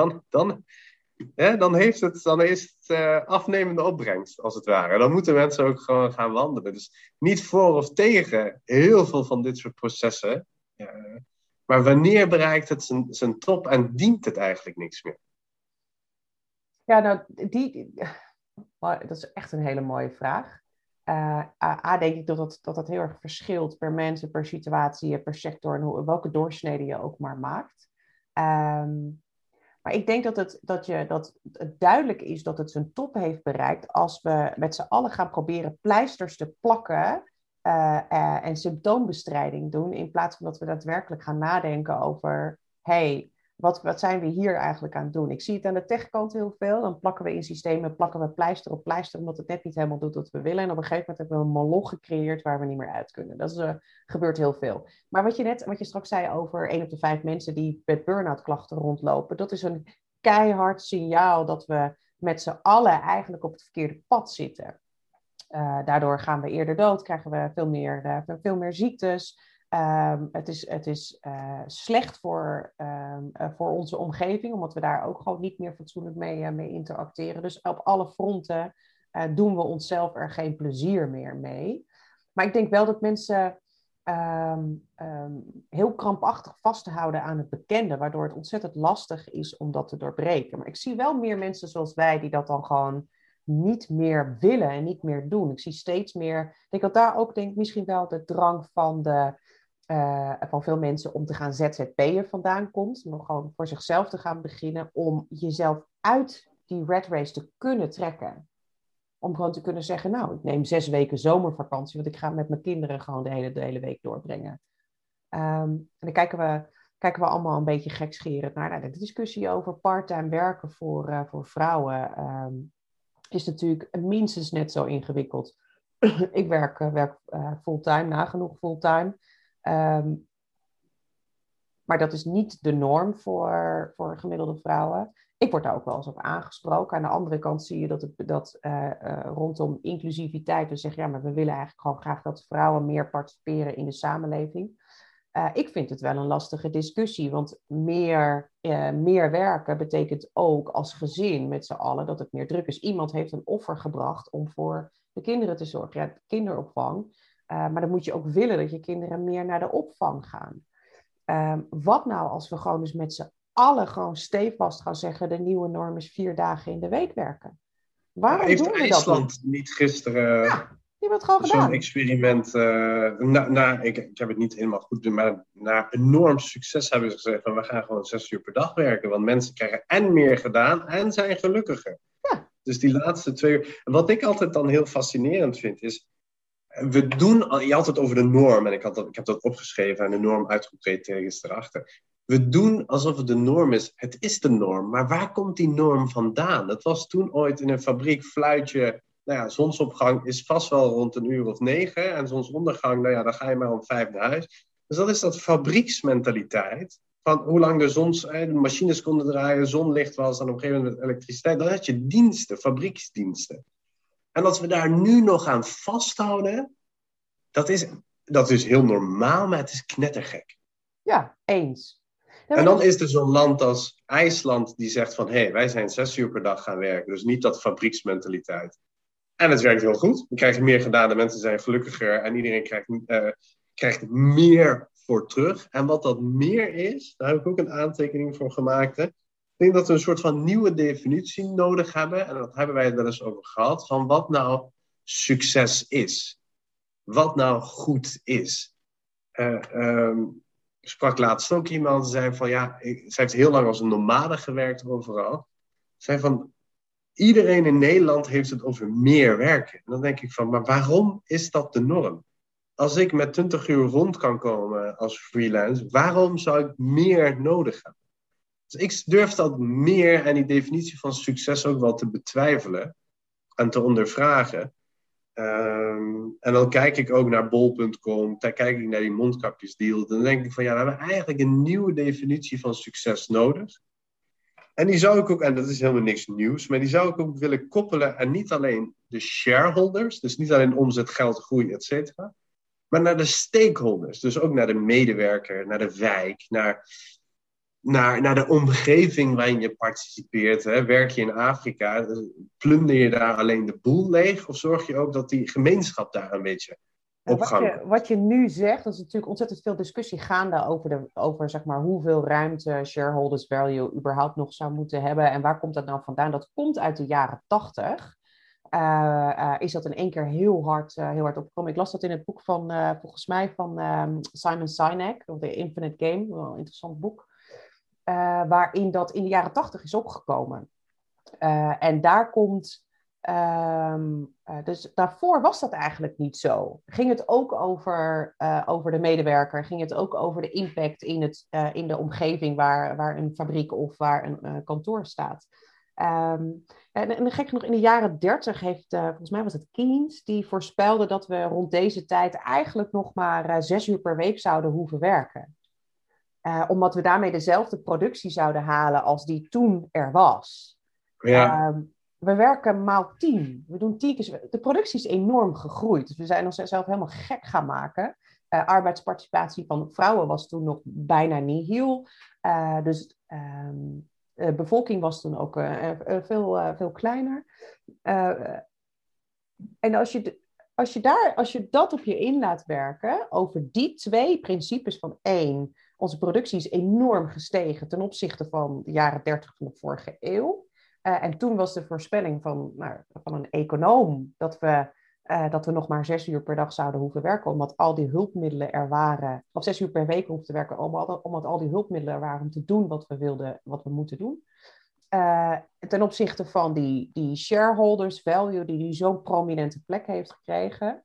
dan is het afnemende opbrengst, als het ware. Dan moeten mensen ook gewoon gaan wandelen. Dus niet voor of tegen heel veel van dit soort processen. Maar wanneer bereikt het zijn top en dient het eigenlijk niks meer? Ja, nou, dat is echt een hele mooie vraag. Denk ik dat heel erg verschilt per mensen, per situatie, per sector en welke doorsnede je ook maar maakt. Maar ik denk dat het duidelijk is dat het zijn top heeft bereikt als we met z'n allen gaan proberen pleisters te plakken en symptoombestrijding doen, in plaats van dat we daadwerkelijk gaan nadenken over, wat zijn we hier eigenlijk aan het doen? Ik zie het aan de techkant heel veel. Dan plakken we in systemen, plakken we pleister op pleister, omdat het net niet helemaal doet wat we willen. En op een gegeven moment hebben we een moloch gecreëerd waar we niet meer uit kunnen. Dat gebeurt heel veel. Maar wat je straks zei over 1 op de 5 mensen die met burn-out klachten rondlopen, dat is een keihard signaal dat we met z'n allen eigenlijk op het verkeerde pad zitten. Daardoor gaan we eerder dood, krijgen we veel meer ziektes. Het is slecht voor onze omgeving, omdat we daar ook gewoon niet meer fatsoenlijk mee interacteren. Dus op alle fronten doen we onszelf er geen plezier meer mee. Maar ik denk wel dat mensen heel krampachtig vasthouden aan het bekende, waardoor het ontzettend lastig is om dat te doorbreken. Maar ik zie wel meer mensen zoals wij die dat dan gewoon niet meer willen en niet meer doen. Ik zie steeds meer, ik denk dat daar ook misschien wel de drang van veel mensen om te gaan ZZP'er vandaan komt. Om gewoon voor zichzelf te gaan beginnen. Om jezelf uit die rat race te kunnen trekken. Om gewoon te kunnen zeggen, nou, ik neem 6 weken zomervakantie. Want ik ga met mijn kinderen gewoon de hele week doorbrengen. En dan kijken we allemaal een beetje gekscherend naar de discussie over parttime werken voor vrouwen. Is natuurlijk minstens net zo ingewikkeld. Ik werk fulltime, nagenoeg fulltime. Maar dat is niet de norm voor gemiddelde vrouwen. Ik word daar ook wel eens op aangesproken. Aan de andere kant zie je dat rondom inclusiviteit, dus zeggen, ja, maar we willen eigenlijk gewoon graag dat vrouwen meer participeren in de samenleving. Ik vind het wel een lastige discussie, want meer werken betekent ook als gezin met z'n allen dat het meer druk is. Iemand heeft een offer gebracht om voor de kinderen te zorgen, ja, kinderopvang. Maar dan moet je ook willen dat je kinderen meer naar de opvang gaan. Wat nou als we gewoon dus met z'n allen gewoon stevast gaan zeggen, de nieuwe norm is 4 dagen in de week werken? Waarom heeft doen we IJsland dat niet gisteren die hebben het gewoon gedaan. zo'n experiment, ik heb het niet helemaal goed doen, maar na enorm succes hebben ze gezegd van we gaan gewoon 6 uur per dag werken, want mensen krijgen en meer gedaan en zijn gelukkiger. Ja. Dus die laatste 2 uur. Wat ik altijd dan heel fascinerend vind is, we doen je altijd over de norm, en ik heb dat opgeschreven en de norm uitroeptekens erachter. We doen alsof het de norm is. Het is de norm, maar waar komt die norm vandaan? Het was toen ooit in een fabriek fluitje. Nou ja, zonsopgang is vast wel rond 1:09 en zonsondergang, nou ja, dan ga je maar om 5 naar huis. Dus dat is dat fabrieksmentaliteit. Van hoe lang de machines konden draaien, zonlicht was en op een gegeven moment met elektriciteit. Dan had je diensten, fabrieksdiensten. En als we daar nu nog aan vasthouden, dat is heel normaal, maar het is knettergek. Ja, eens. En dan is er zo'n land als IJsland die zegt van, wij zijn 6 uur per dag gaan werken. Dus niet dat fabrieksmentaliteit. En het werkt heel goed. We krijgen meer gedaan, de mensen zijn gelukkiger en iedereen krijgt meer voor terug. En wat dat meer is, daar heb ik ook een aantekening voor gemaakt. Hè. Ik denk dat we een soort van nieuwe definitie nodig hebben. En dat hebben wij het wel eens over gehad. Van wat nou succes is. Wat nou goed is. Ik sprak laatst ook iemand. Die zei van zij heeft heel lang als een nomade gewerkt overal. Zei van iedereen in Nederland heeft het over meer werken. En dan denk ik van, maar waarom is dat de norm? Als ik met 20 uur rond kan komen als freelance, waarom zou ik meer nodig hebben? Dus ik durf dat meer en die definitie van succes ook wel te betwijfelen en te ondervragen. En dan kijk ik ook naar bol.com, dan kijk ik naar die mondkapjesdeal. Dan denk ik van we hebben eigenlijk een nieuwe definitie van succes nodig. En die zou ik ook, en dat is helemaal niks nieuws, maar die zou ik ook willen koppelen aan niet alleen de shareholders, dus niet alleen omzet, geld, groei, et cetera, maar naar de stakeholders. Dus ook naar de medewerker, naar de wijk, naar naar de omgeving waarin je participeert. Hè? Werk je in Afrika, plunder je daar alleen de boel leeg? Of zorg je ook dat die gemeenschap daar een beetje Nou, op gang komt? wat je nu zegt, er is natuurlijk ontzettend veel discussie gaande over zeg maar, hoeveel ruimte shareholders value überhaupt nog zou moeten hebben. En waar komt dat nou vandaan? Dat komt uit de jaren 80. Is dat in één keer heel hard opgekomen. Ik las dat in het boek van, volgens mij, van Simon Sinek, The Infinite Game, wel een interessant boek. Waarin dat in de jaren 80 is opgekomen. En daar komt... dus daarvoor was dat eigenlijk niet zo. Ging het ook over de medewerker? Ging het ook over de impact in de omgeving waar een fabriek of waar een kantoor staat? En dan gek genoeg, in de jaren 30 heeft, volgens mij was het Keynes, die voorspelde dat we rond deze tijd eigenlijk nog maar 6 uur per week zouden hoeven werken. Omdat we daarmee dezelfde productie zouden halen als die toen er was. Ja, We werken maal 10. We doen 10 keer. De productie is enorm gegroeid. Dus we zijn onszelf helemaal gek gaan maken. Arbeidsparticipatie van vrouwen was toen nog bijna nihil. Dus de bevolking was toen ook veel kleiner. En als je dat op je in laat werken, over die 2 principes van 1, onze productie is enorm gestegen ten opzichte van de jaren 30 van de vorige eeuw. En toen was de voorspelling van een econoom dat we nog maar 6 uur per dag zouden hoeven werken, omdat al die hulpmiddelen er waren, of 6 uur per week hoeven te werken, omdat al die hulpmiddelen er waren om te doen wat we moeten doen. Ten opzichte van die shareholders value die zo'n prominente plek heeft gekregen.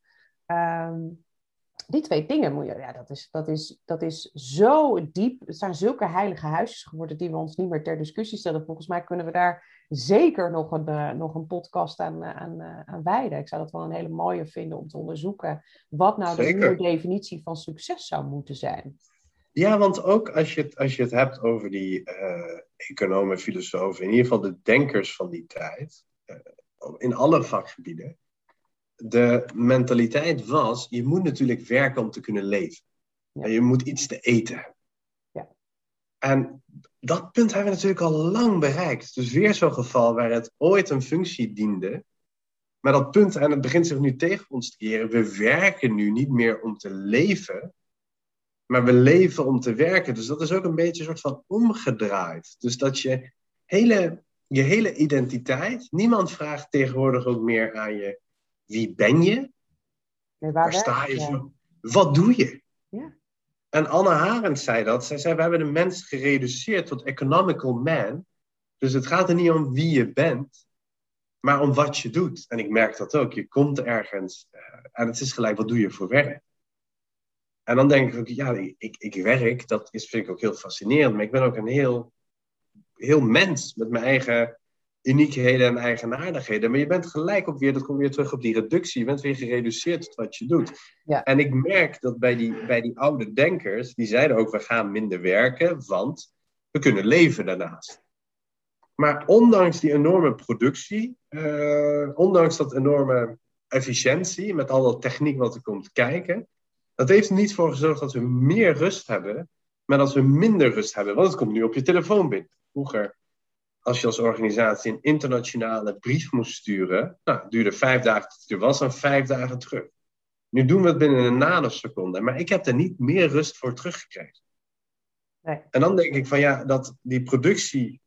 Die 2 dingen moet je... dat is zo diep. Het zijn zulke heilige huisjes geworden die we ons niet meer ter discussie stellen. Volgens mij kunnen we daar zeker nog een podcast aan wijden. Ik zou dat wel een hele mooie vinden om te onderzoeken wat nou de nieuwe definitie van succes zou moeten zijn. Ja, want ook als je het hebt over die economen, filosofen, in ieder geval de denkers van die tijd, in alle vakgebieden, de mentaliteit was, je moet natuurlijk werken om te kunnen leven. Ja. En je moet iets te eten hebben. Ja. En dat punt hebben we natuurlijk al lang bereikt. Dus weer zo'n geval waar het ooit een functie diende. Maar dat punt, en het begint zich nu tegen ons te keren, we werken nu niet meer om te leven, maar we leven om te werken. Dus dat is ook een beetje een soort van omgedraaid. Dus dat je hele identiteit, niemand vraagt tegenwoordig ook meer aan je, wie ben je? Nee, waar sta je voor? Wat doe je? Ja. En Anne Arendt zei dat. Zij zei, we hebben de mens gereduceerd tot economical man. Dus het gaat er niet om wie je bent, maar om wat je doet. En ik merk dat ook. Je komt ergens en het is gelijk, wat doe je voor werk? En dan denk ik ook, ja, ik werk, vind ik ook heel fascinerend. Maar ik ben ook een heel mens met mijn eigen uniekheden en eigenaardigheden. Maar je bent gelijk ook weer, dat komt weer terug op die reductie. Je bent weer gereduceerd tot wat je doet. Ja. En ik merk dat bij die oude denkers, die zeiden ook, we gaan minder werken, want we kunnen leven daarnaast. Maar ondanks die enorme productie, ondanks dat enorme efficiëntie, met al dat techniek wat er komt kijken, dat heeft er niet voor gezorgd dat we meer rust hebben, maar dat we minder rust hebben. Want het komt nu op je telefoon binnen. Vroeger, als je als organisatie een internationale brief moest sturen, het duurde 5 dagen tot het er was en 5 dagen terug. Nu doen we het binnen een nanoseconde, maar ik heb er niet meer rust voor teruggekregen. Nee. En dan denk ik van ja, dat die productieslag,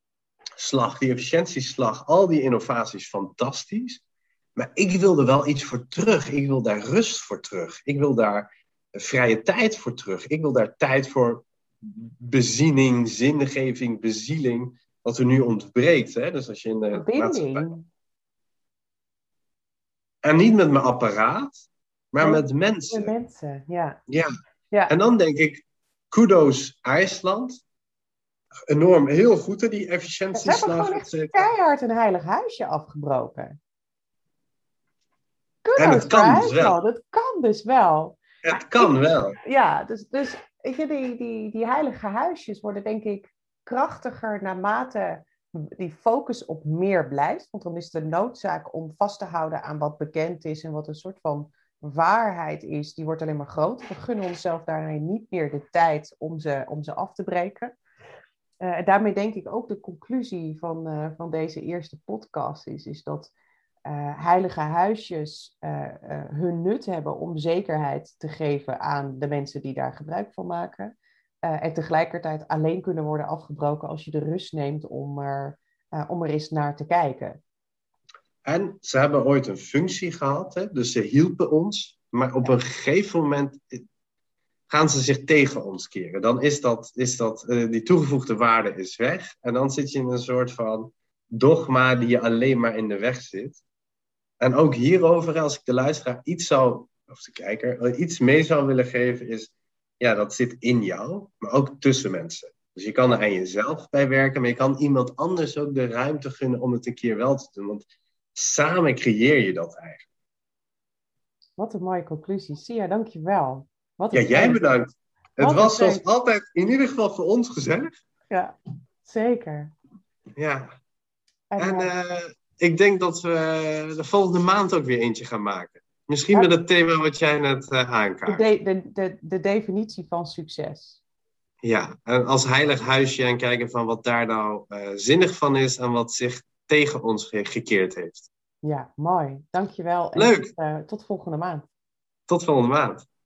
die efficiëntieslag, al die innovaties fantastisch. Maar ik wil er wel iets voor terug. Ik wil daar rust voor terug. Ik wil daar vrije tijd voor terug. Ik wil daar tijd voor beziening, zingeving, bezieling, wat er nu ontbreekt. Hè? Dus als je in de maatschappij... En niet met mijn apparaat, maar met mensen. Met mensen, ja. Ja. En dan denk ik, kudos IJsland. Enorm, heel goed hè, die efficiëntieslag. Ze hebben gewoon echt keihard een heilig huisje afgebroken. En het kan dus wel. Dat kan dus wel. Het kan wel. Ja, dus weet je, die heilige huisjes worden denk ik krachtiger naarmate die focus op meer blijft. Want dan is de noodzaak om vast te houden aan wat bekend is en wat een soort van waarheid is, die wordt alleen maar groter. We gunnen onszelf daarmee niet meer de tijd om ze af te breken. Daarmee denk ik ook de conclusie van deze eerste podcast is dat heilige huisjes hun nut hebben om zekerheid te geven aan de mensen die daar gebruik van maken. En tegelijkertijd alleen kunnen worden afgebroken als je de rust neemt om er eens naar te kijken. En ze hebben ooit een functie gehad, hè? Dus ze hielpen ons, maar op een gegeven moment gaan ze zich tegen ons keren. Dan is die toegevoegde waarde is weg. En dan zit je in een soort van dogma die je alleen maar in de weg zit. En ook hierover, als ik de luisteraar of de kijker, iets mee zou willen geven, is, ja, dat zit in jou, maar ook tussen mensen. Dus je kan er aan jezelf bij werken, maar je kan iemand anders ook de ruimte gunnen om het een keer wel te doen. Want samen creëer je dat eigenlijk. Wat een mooie conclusie. Sia, dankjewel. Ja, jij bedankt. Het was zoals altijd, in ieder geval voor ons gezellig. Ja, zeker. Ja. En ik denk dat we de volgende maand ook weer eentje gaan maken. Misschien met het thema wat jij net aankaart. De definitie van succes. Ja, en als heilig huisje en kijken van wat daar nou zinnig van is en wat zich tegen ons gekeerd heeft. Ja, mooi. Dankjewel. Leuk. En tot volgende maand. Tot volgende maand.